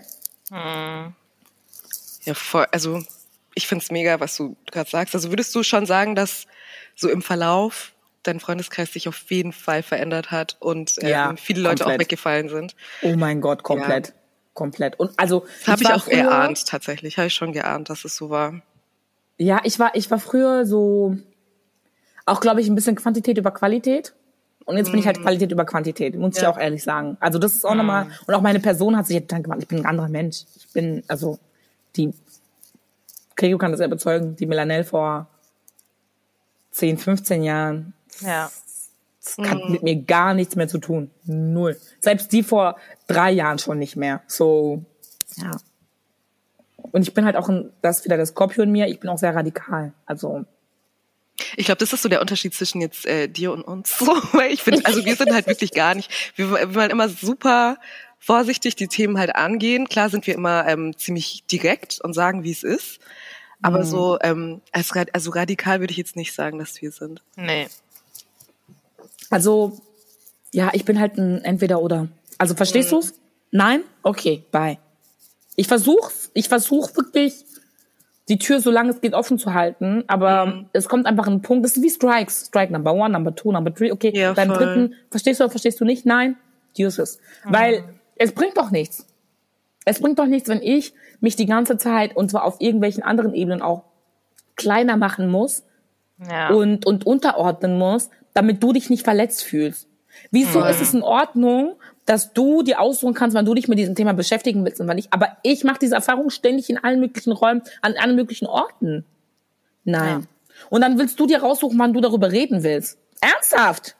Ja, voll, also ich find's mega, was du gerade sagst. Also würdest du schon sagen, dass so im Verlauf dein Freundeskreis sich auf jeden Fall verändert hat und viele Leute auch weggefallen sind? Oh mein Gott, komplett. Ja. Komplett. Und also das habe ich auch erahnt, tatsächlich. Habe ich schon geahnt, dass es so war. Ja, ich war früher so auch, glaube ich, ein bisschen Quantität über Qualität. Und jetzt bin ich halt Qualität über Quantität, muss ich auch ehrlich sagen. Also das ist auch nochmal, und auch meine Person hat sich jetzt dann gemacht, ich bin ein anderer Mensch. Ich bin, also, Gregor kann das ja bezeugen, die Melanelle vor 10, 15 Jahren, das hat mit mir gar nichts mehr zu tun. Null. Selbst die vor 3 Jahren schon nicht mehr. So, ja. Und ich bin halt auch, das ist wieder das Skorpion in mir, ich bin auch sehr radikal. Also, ich glaube, das ist so der Unterschied zwischen jetzt dir und uns. So, weil ich finde, also wir sind halt wirklich gar nicht, wir wollen immer super vorsichtig die Themen halt angehen. Klar sind wir immer ziemlich direkt und sagen, wie es ist. Aber so, also radikal würde ich jetzt nicht sagen, dass wir sind. Nee. Also, ja, ich bin halt ein Entweder-Oder. Also, verstehst du's? Nein? Okay, bye. Ich versuch wirklich, die Tür, solange es geht, offen zu halten, aber es kommt einfach ein Punkt, das ist wie Strikes. Strike Number 1, Number 2, Number 3, okay, ja, beim dritten, verstehst du oder verstehst du nicht? Nein, useless. Weil es bringt doch nichts. Es bringt doch nichts, wenn ich mich die ganze Zeit, und zwar auf irgendwelchen anderen Ebenen auch, kleiner machen muss und unterordnen muss, damit du dich nicht verletzt fühlst. Wieso ist es in Ordnung, dass du dir aussuchen kannst, wann du dich mit diesem Thema beschäftigen willst und wann nicht? Aber ich mache diese Erfahrung ständig in allen möglichen Räumen, an allen möglichen Orten. Nein. Ja. Und dann willst du dir raussuchen, wann du darüber reden willst. Ernsthaft?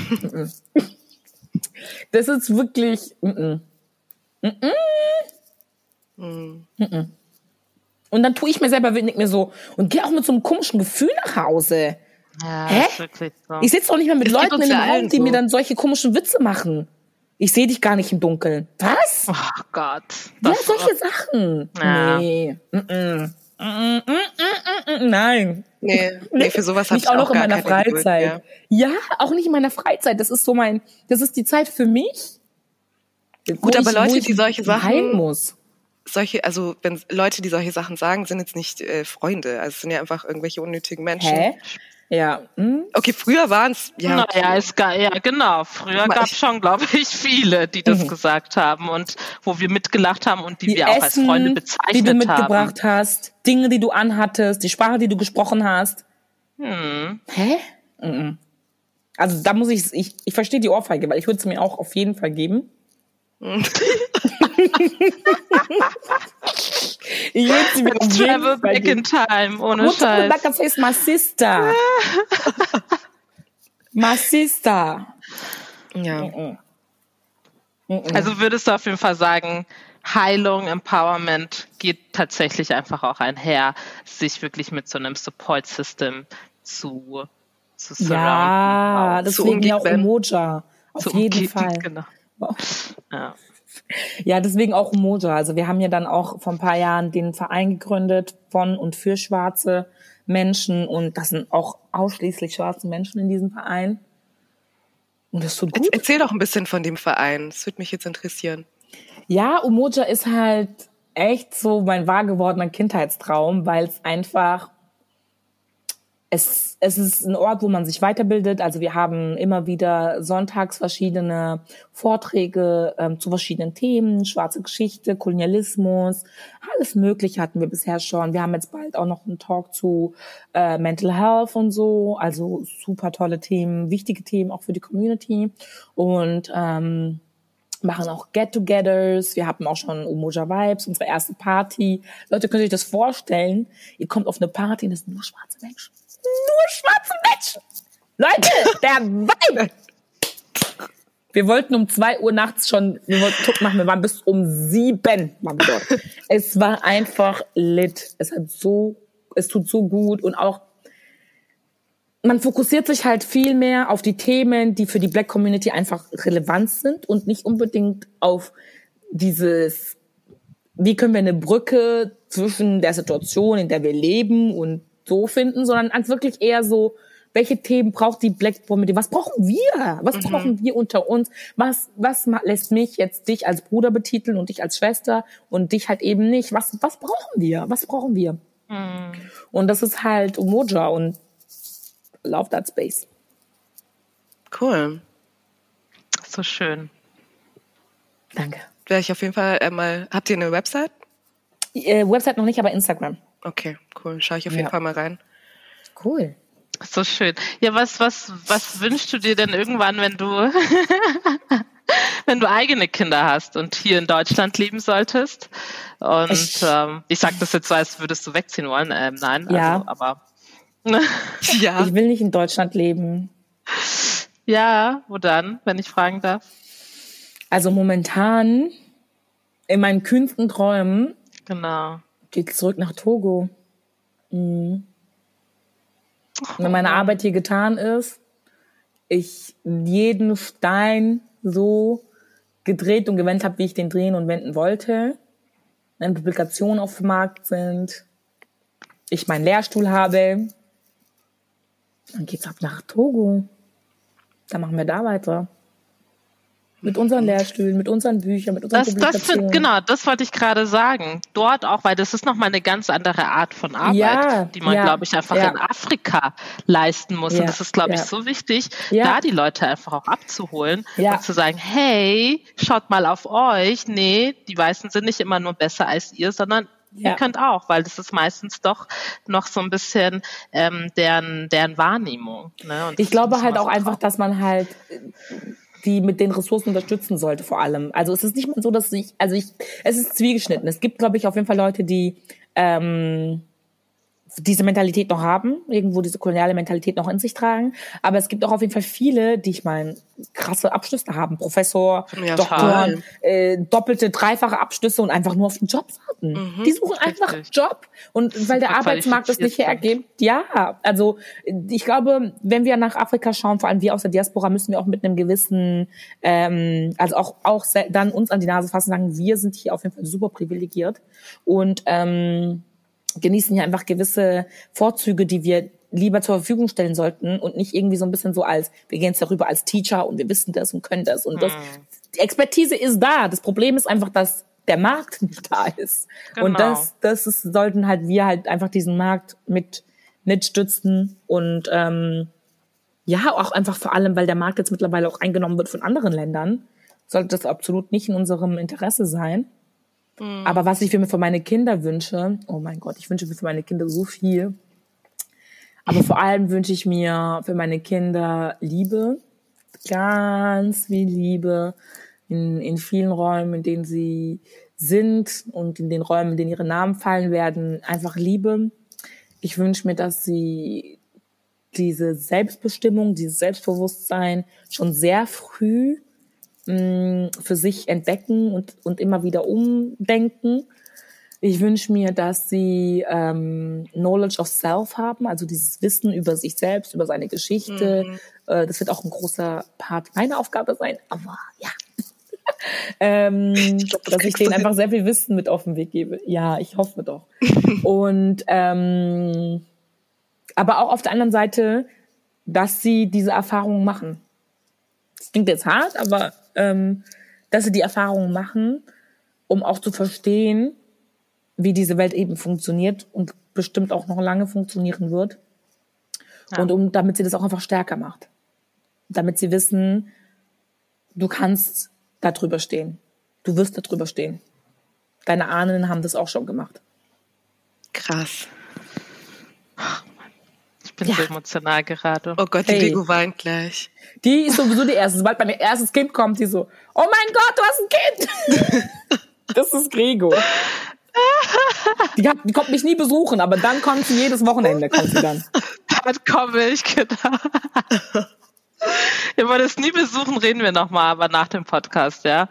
Das ist wirklich... Und dann tue ich mir selber nicht mehr so und gehe auch mit so einem komischen Gefühl nach Hause. Ja, hä? Ist wirklich so. Ich sitze doch nicht mehr mit Leuten in einem Raum, die mir dann solche komischen Witze machen. Ich sehe dich gar nicht im Dunkeln. Was? Oh Gott. Ja, solche Sachen. Ja. Nee. Nein. Nee, für sowas habe ich auch noch in meiner Freizeit. Geduld, ja, auch nicht in meiner Freizeit. Das ist so das ist die Zeit für mich. Gut, aber Leute, die solche Sachen heim muss. Also wenn Leute, die solche Sachen sagen, sind jetzt nicht Freunde. Also es sind ja einfach irgendwelche unnötigen Menschen. Hä? Ja. Okay, früher waren es... Ja, genau. Früher gab es schon, glaube ich, viele, die das gesagt haben und wo wir mitgelacht haben und die wir auch als Freunde bezeichnet haben. Die du mitgebracht hast, Dinge, die du anhattest, die Sprache, die du gesprochen hast. Hä? Also da muss ich verstehe die Ohrfeige, weil ich würde es mir auch auf jeden Fall geben. Ich würde sie mir auf jeden Fall back in time, ohne Scheiß. Back and face my sister. My sister. Ja. Also würdest du auf jeden Fall sagen, Heilung, Empowerment geht tatsächlich einfach auch einher, sich wirklich mit so einem Support-System zu surrounden. Ja, deswegen ja auch Umoja. Auf jeden Fall. Genau. Ja, deswegen auch Umoja. Also wir haben ja dann auch vor ein paar Jahren den Verein gegründet von und für schwarze Menschen und das sind auch ausschließlich schwarze Menschen in diesem Verein. Und das tut gut. Erzähl doch ein bisschen von dem Verein. Das würde mich jetzt interessieren. Ja, Umoja ist halt echt so mein wahr gewordener Kindheitstraum, weil es einfach es ist ein Ort, wo man sich weiterbildet. Also wir haben immer wieder sonntags verschiedene Vorträge zu verschiedenen Themen, schwarze Geschichte, Kolonialismus, alles Mögliche hatten wir bisher schon. Wir haben jetzt bald auch noch einen Talk zu Mental Health und so. Also super tolle Themen, wichtige Themen auch für die Community. Und machen auch Get-togethers. Wir hatten auch schon Umoja Vibes, unsere erste Party. Leute, könnt ihr euch das vorstellen? Ihr kommt auf eine Party und es sind nur schwarze Menschen. Nur schwarze Menschen! Leute, der Vibe! Wir wollten um 2 Uhr nachts schon, wir wollten Tuck machen, wir waren bis um 7 waren wir dort. Es war einfach lit. Es tut so gut und auch man fokussiert sich halt viel mehr auf die Themen, die für die Black Community einfach relevant sind und nicht unbedingt auf dieses, wie können wir eine Brücke zwischen der Situation, in der wir leben und so finden, sondern als wirklich eher so, welche Themen braucht die Black Community? Was brauchen wir? Was brauchen wir unter uns? Was lässt mich jetzt dich als Bruder betiteln und dich als Schwester und dich halt eben nicht? Was brauchen wir? Was brauchen wir? Und das ist halt Umoja und love that space. Cool. So schön. Danke. Werde ich auf jeden Fall mal. Habt ihr eine Website? Website noch nicht, aber Instagram. Okay, cool. Schaue ich auf jeden Fall mal rein. Cool. So schön. Ja, was wünschst du dir denn irgendwann, wenn du wenn du eigene Kinder hast und hier in Deutschland leben solltest? Und ich sage das jetzt so, als würdest du wegziehen wollen. Nein, ja. Also, aber ja. Ich will nicht in Deutschland leben. Ja, wo dann, wenn ich fragen darf? Also momentan in meinen kühnsten Träumen geht's zurück nach Togo. Wenn meine Arbeit hier getan ist, ich jeden Stein so gedreht und gewendet habe, wie ich den drehen und wenden wollte, wenn Publikationen auf dem Markt sind, ich meinen Lehrstuhl habe, dann geht's ab nach Togo. Dann machen wir da weiter. Mit unseren Lehrstühlen, mit unseren Büchern, mit unseren Publikationen. Genau, das wollte ich gerade sagen. Dort auch, weil das ist nochmal eine ganz andere Art von Arbeit, die man, glaube ich, einfach in Afrika leisten muss. Und das ist, glaube ich, so wichtig, da die Leute einfach auch abzuholen und zu sagen, hey, schaut mal auf euch. Nee, die Weißen sind nicht immer nur besser als ihr, sondern ihr könnt auch, weil das ist meistens doch noch so ein bisschen deren Wahrnehmung. Ne? Und ich glaube halt auch einfach, dass man halt die mit den Ressourcen unterstützen sollte vor allem. Also es ist nicht mal so, dass es ist zwiegeschnitten. Es gibt, glaube ich, auf jeden Fall Leute, die diese Mentalität noch haben, irgendwo diese koloniale Mentalität noch in sich tragen. Aber es gibt auch auf jeden Fall viele, die, ich meine, krasse Abschlüsse haben. Professor, Doktor, doppelte, dreifache Abschlüsse und einfach nur auf den Job warten. Die suchen einfach einen Job. Und weil der Arbeitsmarkt das nicht hergibt. Ja, also ich glaube, wenn wir nach Afrika schauen, vor allem wir aus der Diaspora, müssen wir auch mit einem gewissen, also auch dann uns an die Nase fassen und sagen, wir sind hier auf jeden Fall super privilegiert. Und genießen hier einfach gewisse Vorzüge, die wir lieber zur Verfügung stellen sollten und nicht irgendwie so ein bisschen so als, wir gehen jetzt darüber als Teacher und wir wissen das und können das und das. Die Expertise ist da. Das Problem ist einfach, dass der Markt nicht da ist. Genau. Und sollten halt wir halt einfach diesen Markt mitstützen und auch einfach vor allem, weil der Markt jetzt mittlerweile auch eingenommen wird von anderen Ländern, sollte das absolut nicht in unserem Interesse sein. Aber was ich mir für meine Kinder wünsche, oh mein Gott, ich wünsche mir für meine Kinder so viel. Aber vor allem wünsche ich mir für meine Kinder Liebe, ganz viel Liebe in vielen Räumen, in denen sie sind und in den Räumen, in denen ihre Namen fallen werden, einfach Liebe. Ich wünsche mir, dass sie diese Selbstbestimmung, dieses Selbstbewusstsein schon sehr früh für sich entdecken und immer wieder umdenken. Ich wünsche mir, dass sie Knowledge of Self haben, also dieses Wissen über sich selbst, über seine Geschichte. Das wird auch ein großer Part meiner Aufgabe sein, aber ja. Dass ich denen einfach sehr viel Wissen mit auf den Weg gebe. Ja, ich hoffe doch. Und aber auch auf der anderen Seite, dass sie diese Erfahrungen machen. Das klingt jetzt hart, aber dass sie die Erfahrungen machen, um auch zu verstehen, wie diese Welt eben funktioniert und bestimmt auch noch lange funktionieren wird. Ja. Und damit sie das auch einfach stärker macht. Damit sie wissen, du kannst da drüber stehen. Du wirst da drüber stehen. Deine Ahnen haben das auch schon gemacht. Krass. Ich bin so emotional gerade. Oh Gott, die Lego weint gleich. Die ist sowieso die Erste. Sobald mein erstes Kind kommt, die so, oh mein Gott, du hast ein Kind. Das ist Gregor. Die kommt mich nie besuchen, aber dann kommt sie jedes Wochenende. Kommt sie dann. Damit komme ich, genau. Ihr wollt es nie besuchen, reden wir nochmal, aber nach dem Podcast, ja.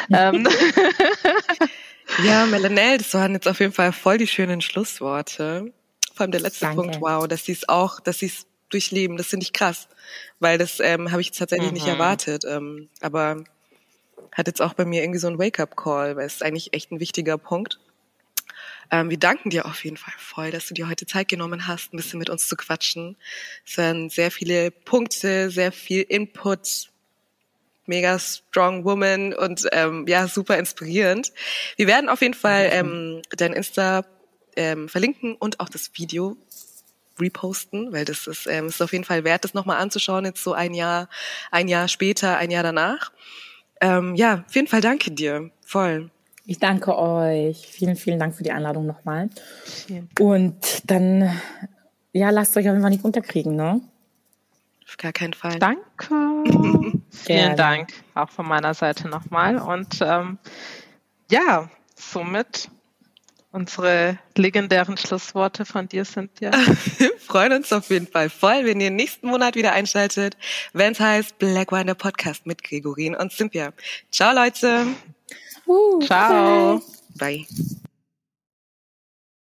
Ja, Melanelle, das waren jetzt auf jeden Fall voll die schönen Schlussworte. Vor allem der letzte Punkt, wow, dass sie es durchleben, das finde ich krass. Weil das habe ich tatsächlich nicht erwartet. Aber hat jetzt auch bei mir irgendwie so ein Wake-up-Call, weil es ist eigentlich echt ein wichtiger Punkt. Wir danken dir auf jeden Fall voll, dass du dir heute Zeit genommen hast, ein bisschen mit uns zu quatschen. Es waren sehr viele Punkte, sehr viel Input, mega strong woman und super inspirierend. Wir werden auf jeden Fall dein Insta verlinken und auch das Video reposten, weil das ist auf jeden Fall wert, das nochmal anzuschauen, jetzt so ein Jahr später, ein Jahr danach. Auf jeden Fall danke dir, voll. Ich danke euch. Vielen, vielen Dank für die Einladung nochmal. Und dann, lasst euch auf jeden Fall nicht unterkriegen, ne? Auf gar keinen Fall. Danke. Vielen Dank auch von meiner Seite nochmal. Und somit unsere legendären Schlussworte von dir sind ja. Wir freuen uns auf jeden Fall voll, wenn ihr nächsten Monat wieder einschaltet, wenn es heißt Black Wine, der Podcast mit Gregorin und Cynthia. Ciao, Leute. Ciao. Bye.